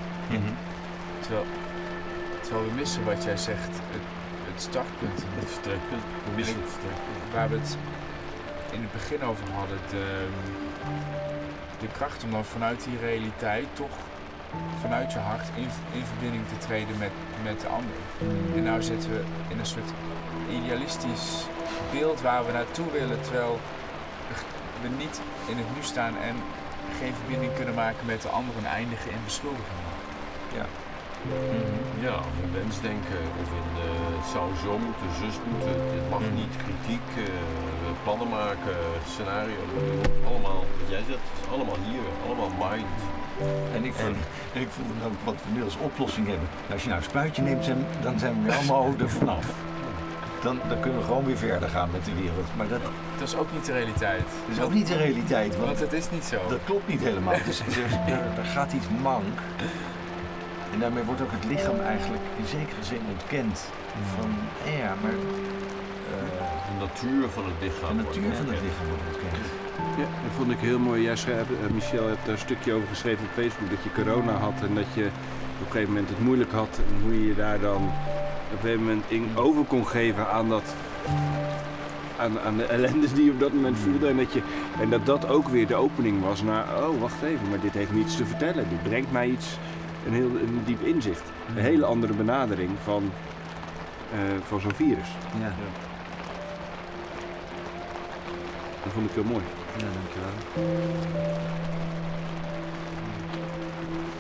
Terwijl we missen wat jij zegt, het startpunt. Het vertrekpunt. We missen het vertrekpunt. Waar we het in het begin over hadden, de kracht om dan vanuit die realiteit toch vanuit je hart in verbinding te treden met de ander. En nou zitten we in een soort idealistisch beeld waar we naartoe willen, terwijl we niet in het nu staan en geen verbinding kunnen maken met de ander en eindigen in beschuldigingen. Ja, of in wensdenken, of in het zou zo moeten, zus moeten, dit mag niet, kritiek, plannen maken, scenario, allemaal, wat jij zegt, is allemaal hier, allemaal mind. En ik vind dan ook wat we nu als oplossing hebben. Als je nou een spuitje neemt, dan zijn we weer allemaal er vanaf. Dan kunnen we gewoon weer verder gaan met de wereld. Maar dat Dat is ook niet de realiteit. is ook niet de realiteit, Want want het is niet zo. dat klopt niet helemaal. Dus er gaat iets mank. En daarmee wordt ook het lichaam eigenlijk in zekere zin ontkend. Van, maar De natuur van het lichaam. de natuur van het lichaam wordt ontkend. Ja, dat vond ik heel mooi. Jij schreef, Michel hebt daar een stukje over geschreven op Facebook, dat je corona had en dat je op een gegeven moment het moeilijk had en hoe je je daar dan op een gegeven moment in over kon geven aan aan de ellende die je op dat moment voelde en dat ook weer de opening was naar, oh wacht even, maar dit heeft me iets te vertellen, dit brengt mij een diep inzicht. Een hele andere benadering van zo'n virus. Ja, Dat vond ik heel mooi. dankjewel.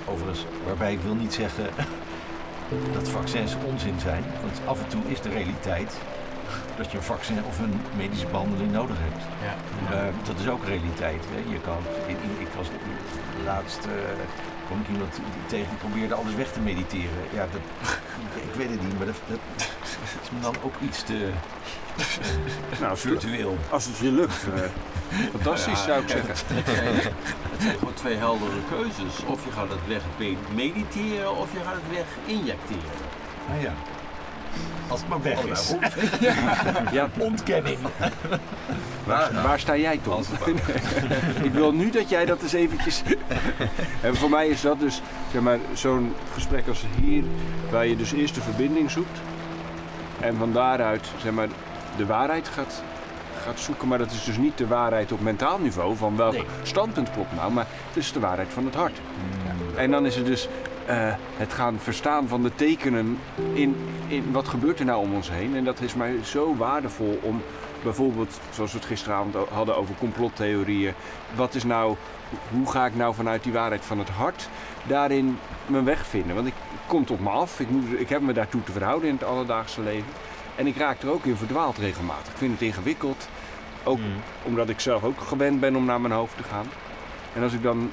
Overigens, waarbij ik wil niet zeggen dat vaccins onzin zijn. Want af en toe is de realiteit dat je een vaccin of een medische behandeling nodig hebt. Ja. Dat is ook realiteit. Hè. Je kan, ik was laatst, kwam ik iemand tegen die probeerde alles weg te mediteren. Ja, ik weet het niet, maar dat is me dan ook iets te Nou, virtueel. als het je lukt, fantastisch zou ik zeggen. Het zijn gewoon twee heldere keuzes. Of je gaat het weg mediteren of je gaat het weg injecteren. Ah ja. Als het maar weg is. Ja, Ontkenning. waar sta jij toch? Ik wil nu dat jij dat eens eventjes... En voor mij is dat dus, zeg maar, zo'n gesprek als hier, waar je dus eerst de verbinding zoekt. En van daaruit, zeg maar, de waarheid gaat zoeken. Maar dat is dus niet de waarheid op mentaal niveau, van welk standpunt klopt nou. Maar het is de waarheid van het hart. En dan is het dus het gaan verstaan van de tekenen in wat gebeurt er nou om ons heen. En dat is mij zo waardevol om bijvoorbeeld, zoals we het gisteravond hadden over complottheorieën. Wat is nou, hoe ga ik nou vanuit die waarheid van het hart daarin mijn weg vinden? Want ik kom tot me af, ik heb me daartoe te verhouden in het alledaagse leven. En ik raak er ook in verdwaald regelmatig. Ik vind het ingewikkeld. Ook omdat ik zelf ook gewend ben om naar mijn hoofd te gaan. En als ik dan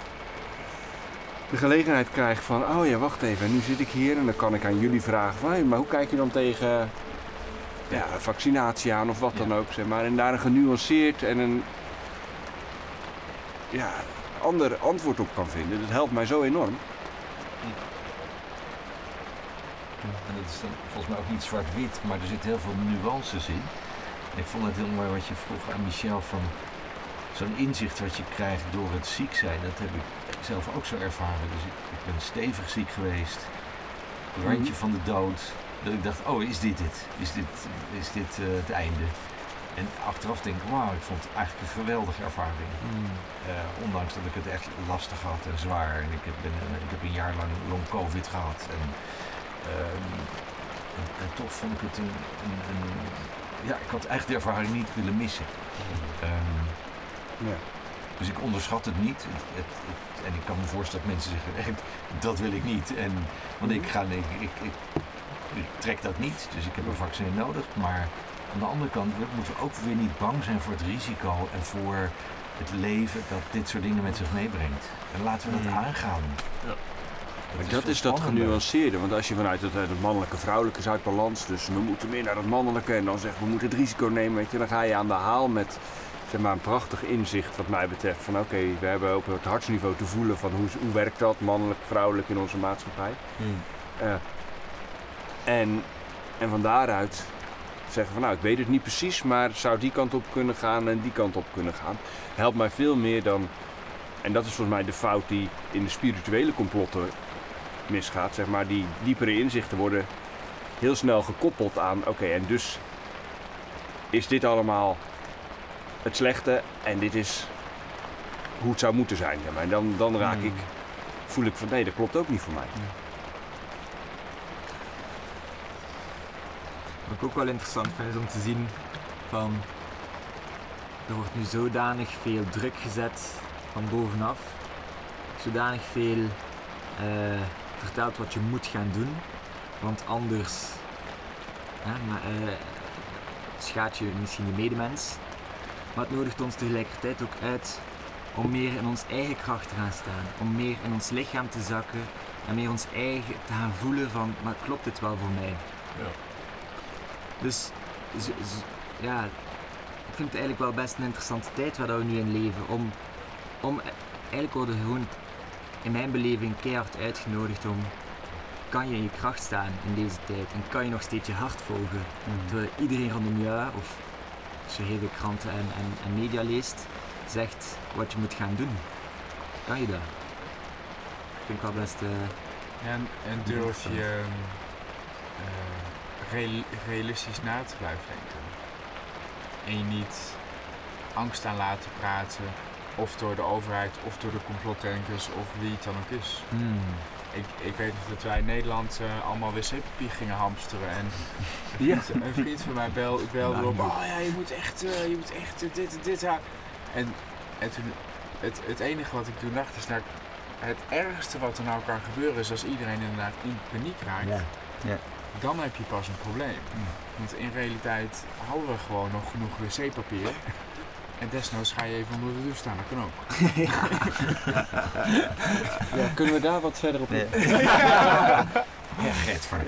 de gelegenheid krijg van, oh ja, wacht even, nu zit ik hier en dan kan ik aan jullie vragen van, hey, maar hoe kijk je dan tegen vaccinatie aan of wat dan ook, zeg maar. En daar een genuanceerd en een ander antwoord op kan vinden. Dat helpt mij zo enorm. En dat is dan volgens mij ook niet zwart-wit, maar er zitten heel veel nuances in. En ik vond het heel mooi wat je vroeg aan Michel, van zo'n inzicht wat je krijgt door het ziek zijn. Dat heb ik zelf ook zo ervaren. Dus ik ben stevig ziek geweest. Randje van de dood. Dat ik dacht, oh, is dit het? Is dit het einde? En achteraf denk ik, wauw, ik vond het eigenlijk een geweldige ervaring. Ondanks dat ik het echt lastig had en zwaar. En ik heb een jaar lang long covid gehad. En toch vond ik het ik had eigenlijk de ervaring niet willen missen. Dus ik onderschat het niet. En ik kan me voorstellen dat mensen zeggen, dat wil ik niet. Want ik trek dat niet, dus ik heb een vaccin nodig. Maar aan de andere kant moeten we ook weer niet bang zijn voor het risico en voor het leven dat dit soort dingen met zich meebrengt. En laten we dat aangaan. Ja. Dat is dat genuanceerde, want als je vanuit het mannelijke vrouwelijke is uit balans, dus we moeten meer naar het mannelijke en dan zeggen we moeten het risico nemen, weet je, dan ga je aan de haal met, zeg maar, een prachtig inzicht wat mij betreft van oké, we hebben op het hartsniveau te voelen van hoe werkt dat, mannelijk, vrouwelijk in onze maatschappij. En van daaruit zeggen van nou, ik weet het niet precies, maar zou die kant op kunnen gaan en die kant op kunnen gaan. Helpt mij veel meer dan, en dat is volgens mij de fout die in de spirituele complotten misgaat, zeg maar, die diepere inzichten worden heel snel gekoppeld aan oké, en dus is dit allemaal het slechte en dit is hoe het zou moeten zijn. Zeg maar. En dan voel ik van nee, dat klopt ook niet voor mij. Wat ik ook wel interessant vind is om te zien van, er wordt nu zodanig veel druk gezet van bovenaf, zodanig veel verteld wat je moet gaan doen, want anders schaadt je misschien je medemens. Maar het nodigt ons tegelijkertijd ook uit om meer in ons eigen kracht te gaan staan, om meer in ons lichaam te zakken en meer ons eigen te gaan voelen van, maar klopt dit wel voor mij? Ja. Dus ja, ik vind het eigenlijk wel best een interessante tijd waar we nu in leven, om eigenlijk worden we gewoon in mijn beleving keihard uitgenodigd om, kan je in je kracht staan in deze tijd en kan je nog steeds je hart volgen, terwijl iedereen rondom jou, of als je heel veel kranten en media leest, zegt wat je moet gaan doen. Kan je dat? Vind ik wel best... En durf je realistisch na te blijven denken. En je niet angst aan laten praten, of door de overheid, of door de complotdenkers, of wie het dan ook is. Ik weet nog dat wij in Nederland allemaal wc-papier gingen hamsteren en een vriend van mij belde op, oh ja, je moet echt dit. En toen, het enige wat ik toen dacht is, nou, het ergste wat er nou kan gebeuren is als iedereen inderdaad in paniek raakt. Ja. Ja. Dan heb je pas een probleem. Want in realiteit houden we gewoon nog genoeg wc-papier. En desnoods ga je even onder de douche staan, dat kan ook. Ja, kunnen we daar wat verder op in? Ja. Ja, Getver.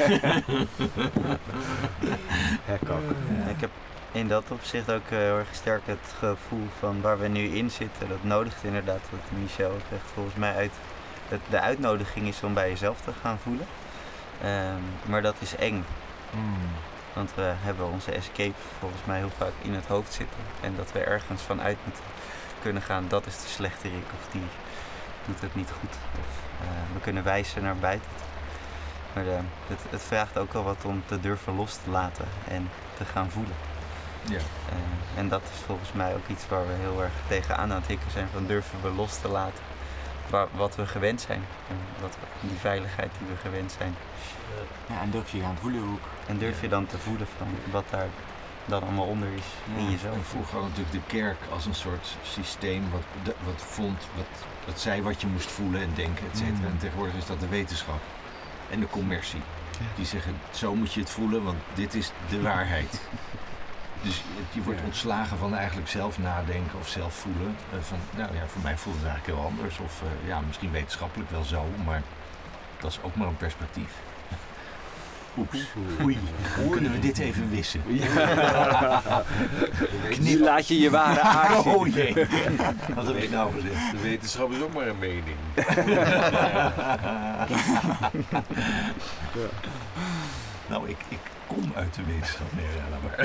Ik heb in dat opzicht ook heel erg sterk het gevoel van waar we nu in zitten. Dat nodigt inderdaad, wat Michel ook zegt, volgens mij uit. De uitnodiging is om bij jezelf te gaan voelen. Maar dat is eng. Want we hebben onze escape volgens mij heel vaak in het hoofd zitten. En dat we ergens vanuit moeten kunnen gaan, dat is de slechterik of die doet het niet goed. Of we kunnen wijzen naar buiten. Maar het vraagt ook wel wat om te durven los te laten en te gaan voelen. Ja. En dat is volgens mij ook iets waar we heel erg tegenaan aan het hikken zijn. Van durven we los te laten wat we gewend zijn. En die veiligheid die we gewend zijn. Ja, en durf je gaan voelen ook. En durf je dan te voelen van wat daar dan allemaal onder is in jezelf. En vroeger had natuurlijk de kerk als een soort systeem wat vond, wat zei wat je moest voelen en denken, et cetera. En tegenwoordig is dat de wetenschap en de commercie. Die zeggen, zo moet je het voelen, want dit is de waarheid. Dus je wordt ontslagen van eigenlijk zelf nadenken of zelf voelen. Van, nou ja, voor mij voelt het eigenlijk heel anders. Of ja, misschien wetenschappelijk wel zo, maar dat is ook maar een perspectief. Oeps. Oei. Kunnen we dit even wissen? Knip. Laat je ware aard zien. Oh jee. Wat heb ik nou gezegd? De wetenschap is ook maar een mening. Nou, ik kom uit de wetenschap. Nee, ja, laat maar.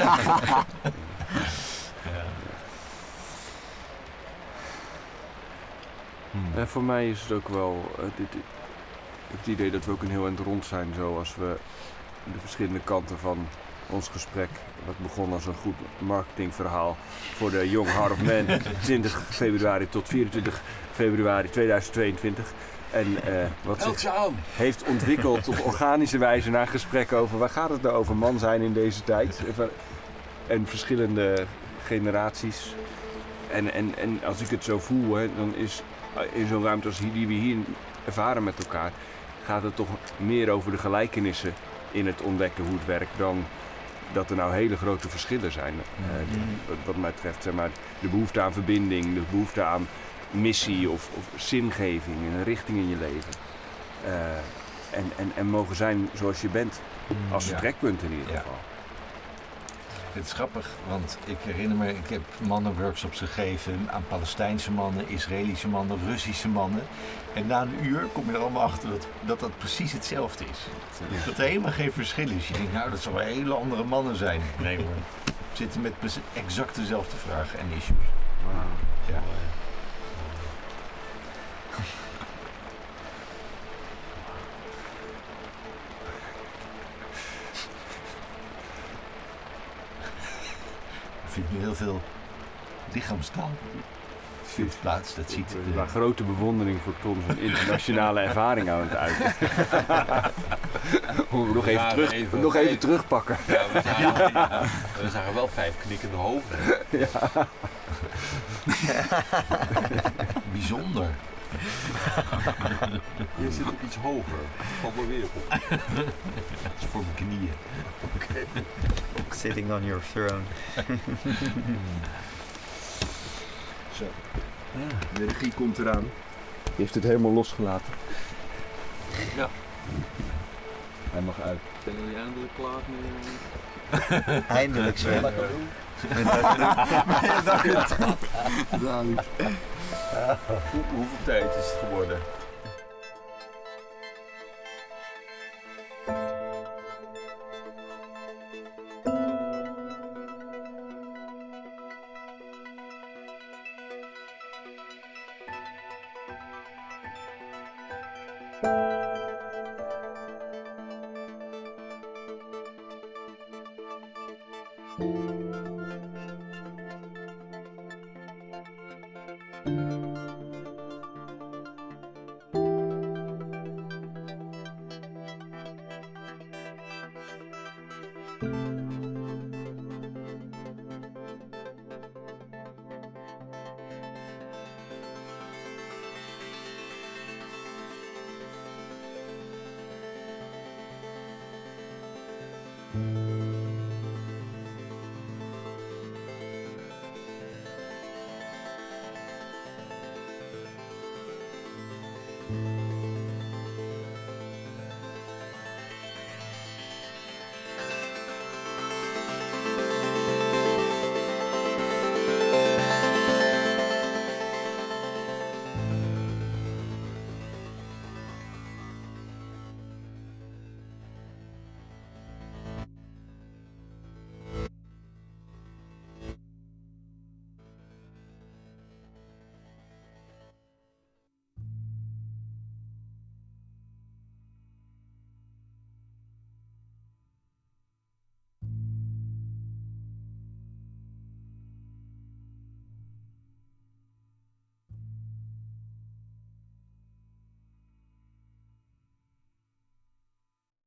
Ja. En voor mij is het ook wel het idee dat we ook een heel eind rond zijn, zoals we de verschillende kanten van ons gesprek, wat begon als een goed marketingverhaal voor de Young Heart of Man, 20 februari tot 24 februari 2022. En wat zich heeft ontwikkeld op organische wijze naar gesprekken over waar gaat het nou over man zijn in deze tijd. En verschillende generaties. En als ik het zo voel, hè, dan is in zo'n ruimte als die we hier ervaren met elkaar, gaat het toch meer over de gelijkenissen in het ontdekken hoe het werkt dan dat er nou hele grote verschillen zijn. Wat mij betreft, zeg maar, de behoefte aan verbinding, de behoefte aan missie of zingeving en een richting in je leven. En mogen zijn zoals je bent. Als vertrekpunt in ieder geval. Het is grappig, want ik herinner me, ik heb mannenworkshops gegeven aan Palestijnse mannen, Israëlische mannen, Russische mannen. En na een uur kom je er allemaal achter dat precies hetzelfde is. Dat er helemaal geen verschil is. Je denkt, nou, dat zullen hele andere mannen zijn. Nee hoor. Zitten met exact dezelfde vragen en issues. Ja. Ik vind nu heel veel lichaamstaal vindt plaats. Dat ziet Er was grote bewondering voor Tom zijn internationale ervaring aan het uiten. Moeten we nog even terugpakken. Ja, we zagen wel 5 knikkende hoofden. Ja. bijzonder. Je zit ook iets hoger. Valt maar weer op. Dat is voor mijn knieën. Okay. Sitting on your throne. Zo. De regie komt eraan. Die heeft het helemaal losgelaten. Ja. Hij mag uit. Ben je eindelijk klaar mee? Eindelijk Sven. Hoeveel tijd is het geworden?